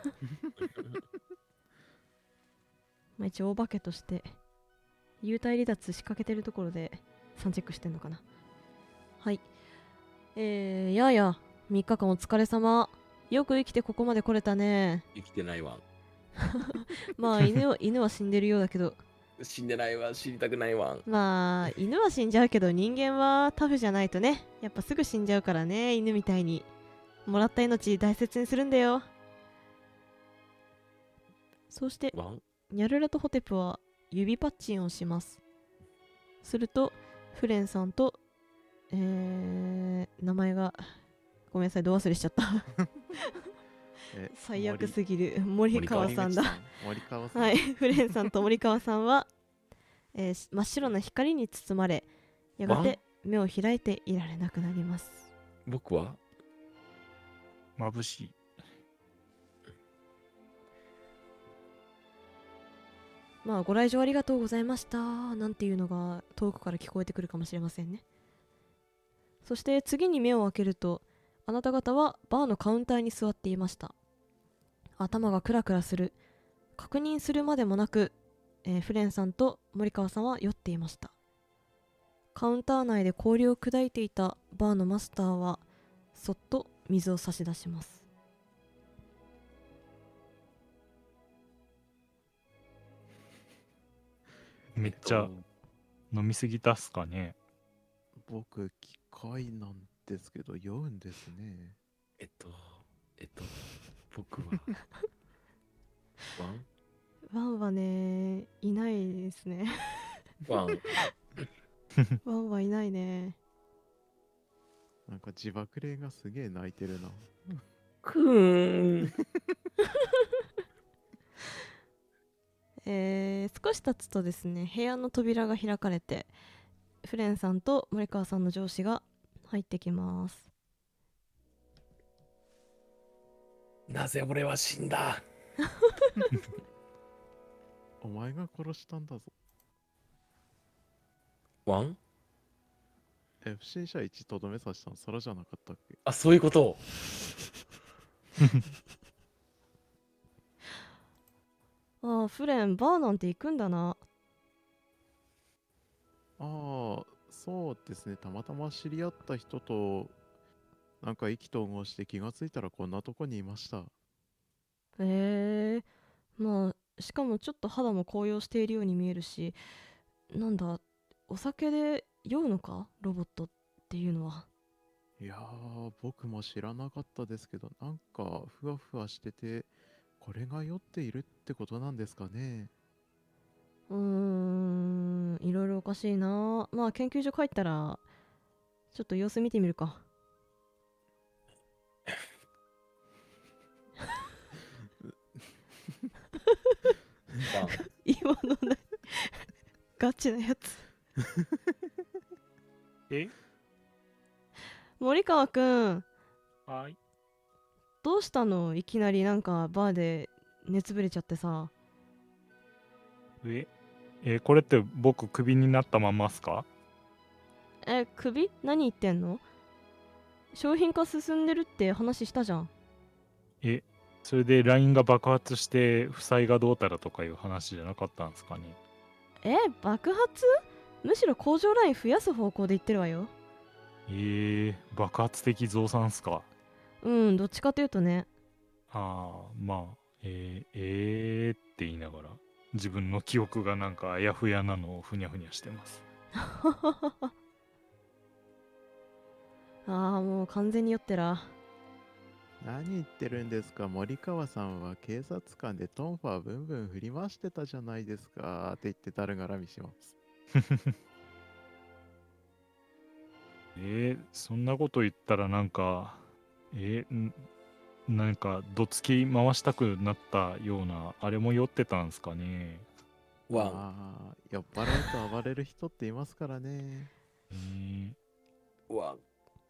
まあ一応お化けとして幽体離脱仕掛けてるところで3チェックしてんのかな。はい。や3日間お疲れ様。よく生きてここまで来れたね。 生きてないわ。 まあ犬は死んでるようだけど。 死んでないわ、死にたくないわ。 まあ犬は死んじゃうけど人間はタフじゃないとね、やっぱすぐ死んじゃうからね。犬みたいにもらった命大切にするんだよ。 そうしてワン。 ニャルラとホテプは指パッチンをします。するとフレンさんと、名前がごめんなさい、ど忘れしちゃった最悪すぎる。森川さんだ。 森川さん。 はい、フレンさんと森川さんは、真っ白な光に包まれ、やがて目を開いていられなくなります。 僕は眩しい。 まあご来場ありがとうございましたなんていうのが遠くから聞こえてくるかもしれませんね。そして次に目を開けると、あなた方はバーのカウンターに座っていました。頭がクラクラする。確認するまでもなく、フレンさんと森川さんは酔っていました。カウンター内で氷を砕いていたバーのマスターはそっと水を差し出します。 めっちゃ飲みすぎたっすかね。 僕、機械なんですけど、酔うんですね。 僕はワンワンはね、いないですね。 ワン。 ワンはいないね。 なんか自爆霊がすげえ泣いてるな。 くーん。 少し経つとですね、部屋の扉が開かれて、フレンさんと森川さんの上司が入ってきます。 なぜ俺は死んだ。 お前が殺したんだぞ。 ワン。 不審者1とどめさせたの空じゃなかったっけ？ あ、そういうこと。 ああ、フレン、バーなんて行くんだな。 ああ、そうですね。たまたま知り合った人と、なんか意気投合して気がついたらこんなとこにいました。 へえ、まあ、しかもちょっと肌も紅葉しているように見えるし、なんだ、お酒で酔うのかロボットっていうのは。 いやー、僕も知らなかったですけど、なんかふわふわしてて、これが酔っているってことなんですかね。 いろいろおかしいな。まあ研究所帰ったらちょっと様子見てみるか。 ワン。 今のねガチなやつ。 え森川くん、 はい。 どうしたの？いきなりなんかバーで熱ぶれちゃってさ。 これって僕クビになったままっすか？ 首？何言ってんの？商品化進んでるって話したじゃん。 それで LINE が爆発して負債がどうたらとかいう話じゃなかったんですかね。 爆発？むしろ工場ライン増やす方向で言ってるわよ。 爆発的増産っすか。 どっちかというとね。 まあって言いながら自分の記憶がなんかあやふやなのをふにゃふにゃしてます。 もう完全に酔ってら。 何言ってるんですか？森川さんは警察官でトンファーブンブン振り回してたじゃないですかって言ってだるがらみします。 そんなこと言ったらなんかなんかどつき回したくなったようなあれも酔ってたんすかね。 ワン。 酔っ払うと暴れる人っていますからね。 ワン。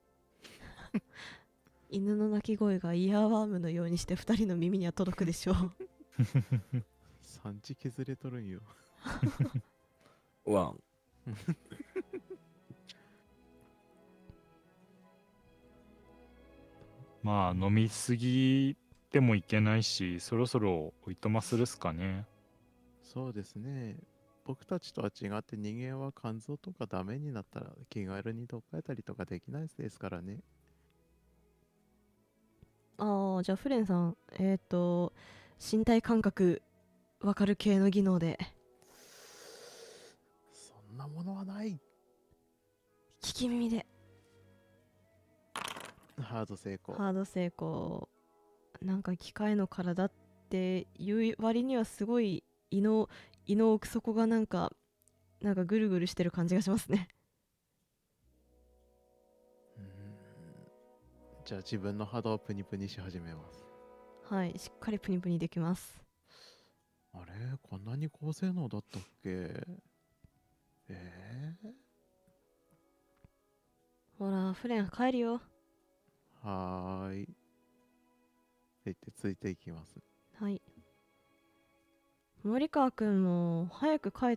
犬の鳴き声がイヤーワームのようにして2人の耳には届くでしょう。 産地削れとるんよ。 ワン。 まあ飲みすぎてもいけないし、そろそろおいとまするっすかね。 そうですね。僕たちとは違って人間は肝臓とかダメになったら気軽にどっかえたりとかできないですからね。 じゃあフレンさん、身体感覚わかる系の技能で。 そんなものはない。 聞き耳で。 ハード成功。 ハード成功。なんか機械の体ってっていう割にはすごい胃の奥底がなんかぐるぐるしてる感じがしますね。 じゃあ自分の肌をプニプニし始めます。 はい、しっかりプニプニできます。 あれこんなに高性能だったっけ？ ほら、フレン帰るよ。 はーい。って言ってついていきます。 はい。森川くんも早く帰って、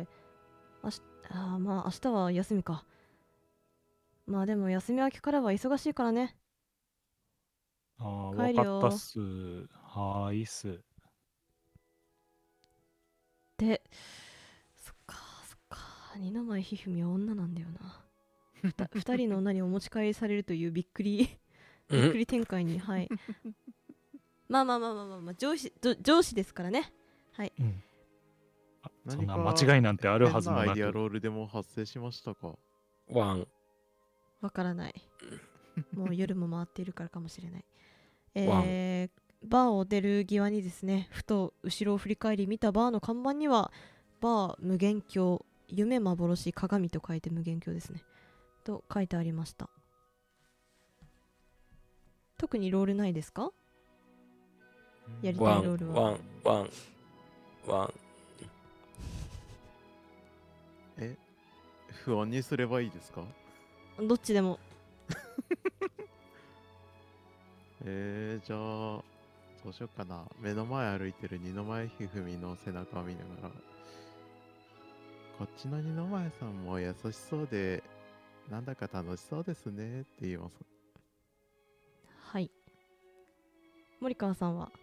まあ明日は休みか。まあでも休み明けからは忙しいからね。 ああ、 帰るよわかったっす。はーいっす。 で、そっか。二の前ひふみは女なんだよな。二人の女にお持ち帰りされるというびっくり展開に、はい。まあ、上司ですからね。はい。 そんな間違いなんてあるはずもなく。 変なアイディアロールでも発生しましたか？ ワン。 わからない。もう夜も回っているからかもしれない。 ワバーを出る際にですね、ふと後ろを振り返り見たバーの看板には、バー無限鏡、夢幻鏡と書いて無限鏡ですね。と書いてありました。特にロールないですか？やりたいロールは。 ワン。 不安にすればいいですか？ どっちでも。 じゃあ、どうしようかな。目の前歩いてる二の前ひふみの背中を見ながら、こっちの二の前さんも優しそうで、なんだか楽しそうですねって言います。 はい。森川さんは？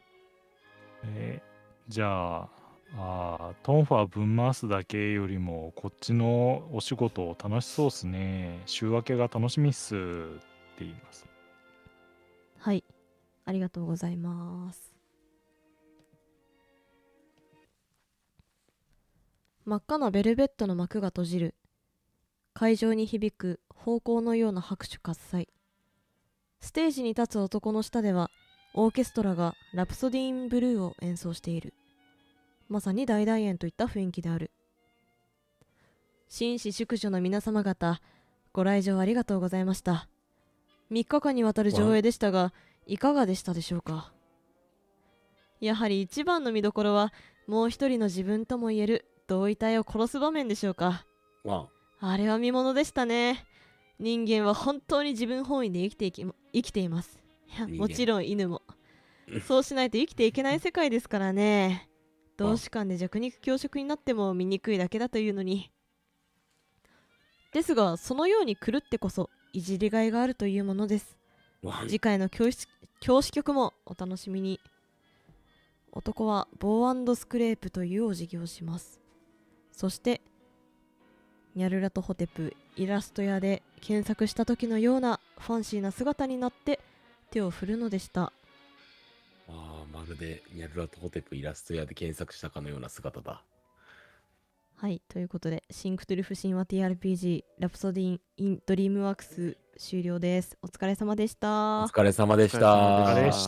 じゃあ、トンファーぶん回すだけよりも、こっちのお仕事楽しそうっすね。週明けが楽しみっすって言います。 はい。ありがとうございます。真っ赤なベルベットの幕が閉じる。会場に響く砲口のような拍手喝采。ステージに立つ男の下では、オーケストラがラプソディーン・ブルーを演奏している。まさに大団円といった雰囲気である。紳士淑女の皆様方、ご来場ありがとうございました。3日間にわたる上映でしたが、いかがでしたでしょうか。やはり一番の見どころは、もう一人の自分ともいえる同位体を殺す場面でしょうか。あれは見ものでしたね。人間は本当に自分本位で生きています。いや、もちろん犬も。そうしないと生きていけない世界ですからね。同志間で弱肉強食になっても醜いだけだというのに。ですが、そのように狂ってこそいじりがいがあるというものです。次回の教師曲もお楽しみに。男はボー&スクレープというお辞儀をします。そしてニャルラとホテプイラスト屋で検索した時のようなファンシーな姿になって手を振るのでした。 まるでニャルラとホテプイラスト屋で検索したかのような姿だ。 はい、ということでシンクトゥルフ神話 TRPG ラプソディン・イン・ドリームワークス終了です。お疲れ様でした。 お疲れ様でしお疲れ様た。 でした。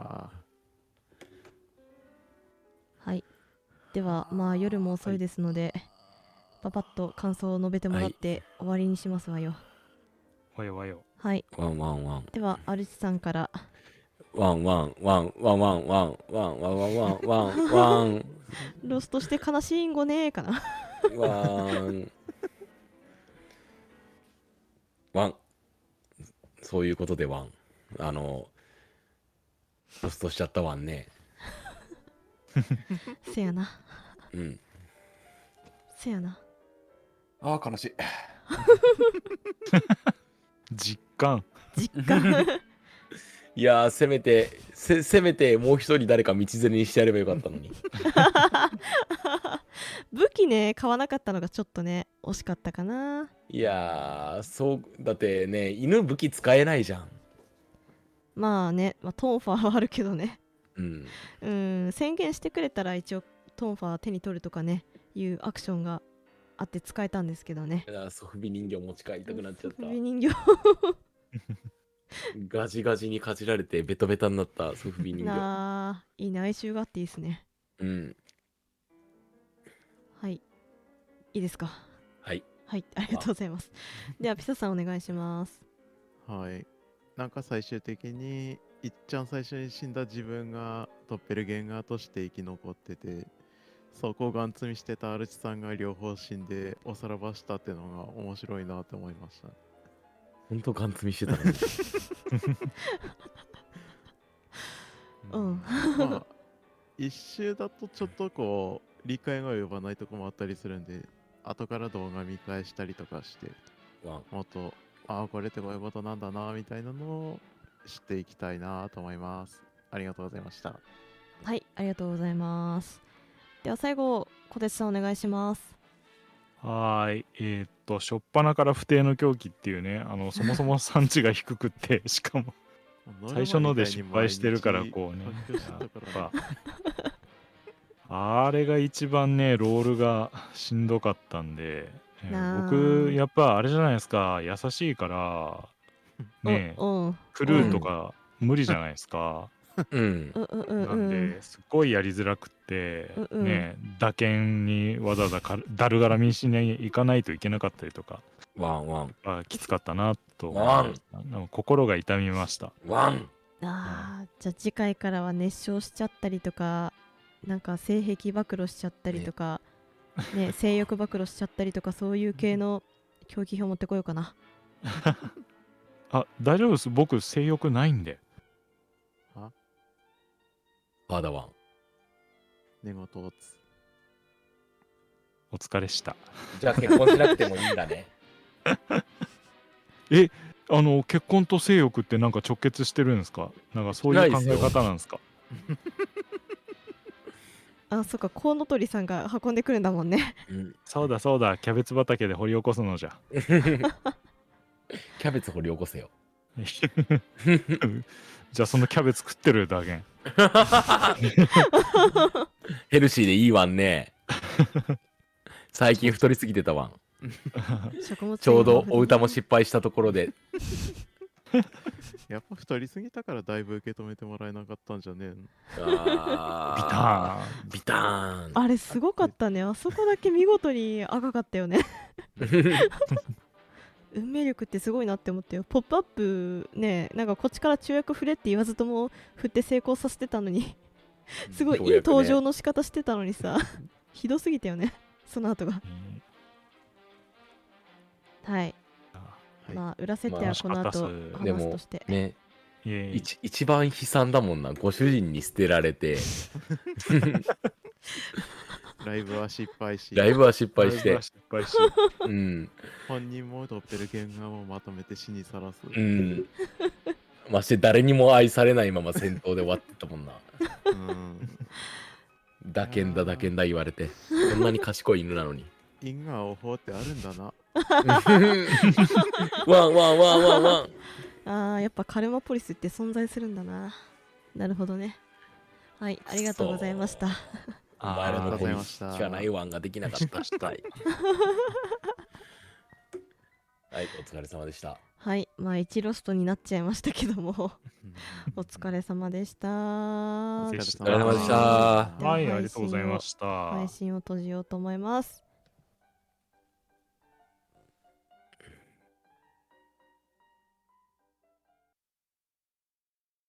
はい、ではまあ夜も遅いですので、パパッと感想を述べてもらって終わりにしますわよ。 わよわよ。 はい。 ワンワンワン。 ではアルチさんから。 ワンワンワンワンワンワンワンワンワンワンワンワン。 ロストして悲しいんごねーかな。 ワン。そういうことでワン。ロストしちゃったワンね。 せやな。 うん。 せやな。 ああ、悲しい。 実感。 いやー、せめてもう一人誰か道連れにしてやればよかったのに。 武器ね、買わなかったのがちょっとね、惜しかったかな。 いやー、だってね、犬武器使えないじゃん。 まあね、トンファーはあるけどね。 うん。 宣言してくれたら一応トンファー手に取るとかね、いうアクションがあって使えたんですけどね。 ソフビ人形持ち帰りたくなっちゃった。 ソフビ人形ガジガジにかじられてベトベタになったソフビ人形。 なあ、いいね、哀愁があっていいですね。 うん。 はい。いいですか。 はい。 はい、ありがとうございます。では、ピサさんお願いします。 はい。なんか最終的に、いっちゃん最初に死んだ自分がドッペルゲンガーとして生き残ってて、そこをガン積みしてたアルチさんが両方死んでおさらばしたってのが面白いなって思いました。 ほんとガン積みしてたね。 うんまあ、一周だとちょっとこう、理解が及ばないとこもあったりするんで、後から動画見返したりとかして、 ワン。 もっと、ああ、これってこういうことなんだな、みたいなのを知っていきたいなと思います。ありがとうございました。 はい、ありがとうございます。では最後、小鉄さんお願いします。 はーい。初っ端から不定の狂気っていうね、そもそも産地が低くって、しかも最初ので失敗してるからこうね、やっぱあれが一番ね、ロールがしんどかったんで、 なあ僕、やっぱあれじゃないですか、優しいから、ね、 うんクルーとか無理じゃないですか。 うん。 なんで、すっごいやりづらくって、ね、打鍵にわざわざだるがらみにしに行かないといけなかったりとか、 ワンワン。 きつかったなと思いました。なんか心が痛みました。 ワン。 あー、じゃあ次回からは熱唱しちゃったりとか、なんか性癖暴露しちゃったりとか、ね、性欲暴露しちゃったりとか、そういう系の競技表持ってこようかな。 あ、大丈夫です。僕、性欲ないんで。 パダワン。 寝言をつ。 お疲れした。 じゃあ結婚しなくてもいいんだね。 結婚と性欲ってなんか直結してるんですか？なんかそういう考え方なんですか？ あ、そっか、コウノトリさんが運んでくるんだもんね。 うん。 そうだそうだ、キャベツ畑で掘り起こすのじゃ。 キャベツ掘り起こせよ。 じゃあそのキャベツ食ってるだけん。 ヘルシーでいいわんね。最近太りすぎてたわん。 食物ちょうど繊維豊富お歌も失敗したところで。 やっぱ太りすぎたからだいぶ受け止めてもらえなかったんじゃねえの。 ビあタビターン。 あれすごかったね。あそこだけ見事に赤かったよね。運命力ってすごいなって思ったよ。ポップアップね、なんかこっちから中役振れって言わずとも振って成功させてたのに、すごいいい登場の仕方してたのにさ、ひどすぎたよね、その後が。はい。 はいまあ、裏設定はこの後でも話すとして。 ね、 いえいえ一番悲惨だもんな。ご主人に捨てられて、 ライブは失敗し、 ライブは失敗して、 失敗し。 うん。 本人もドッペルゲンガーもまとめて死にさらす。 うん。まして誰にも愛されないまま戦闘で終わってたもんな。 うん。 だけんだだけんだ言われて。こんなに賢い犬なのに。 因果応報ってあるんだな。 ワンワンワンワンワン。 あー、やっぱカルマポリスって存在するんだな。なるほどね。はい、ありがとうございました。 お前らのありがとうご子にざいました聞かないワンができなかった。はい、はい、お疲れ様でした。 はい、まあ1ロストになっちゃいましたけども、 うんお疲れ様でした。 お疲れお疲れ様でしたはい、ありがとうございました。 配信を閉じようと思います。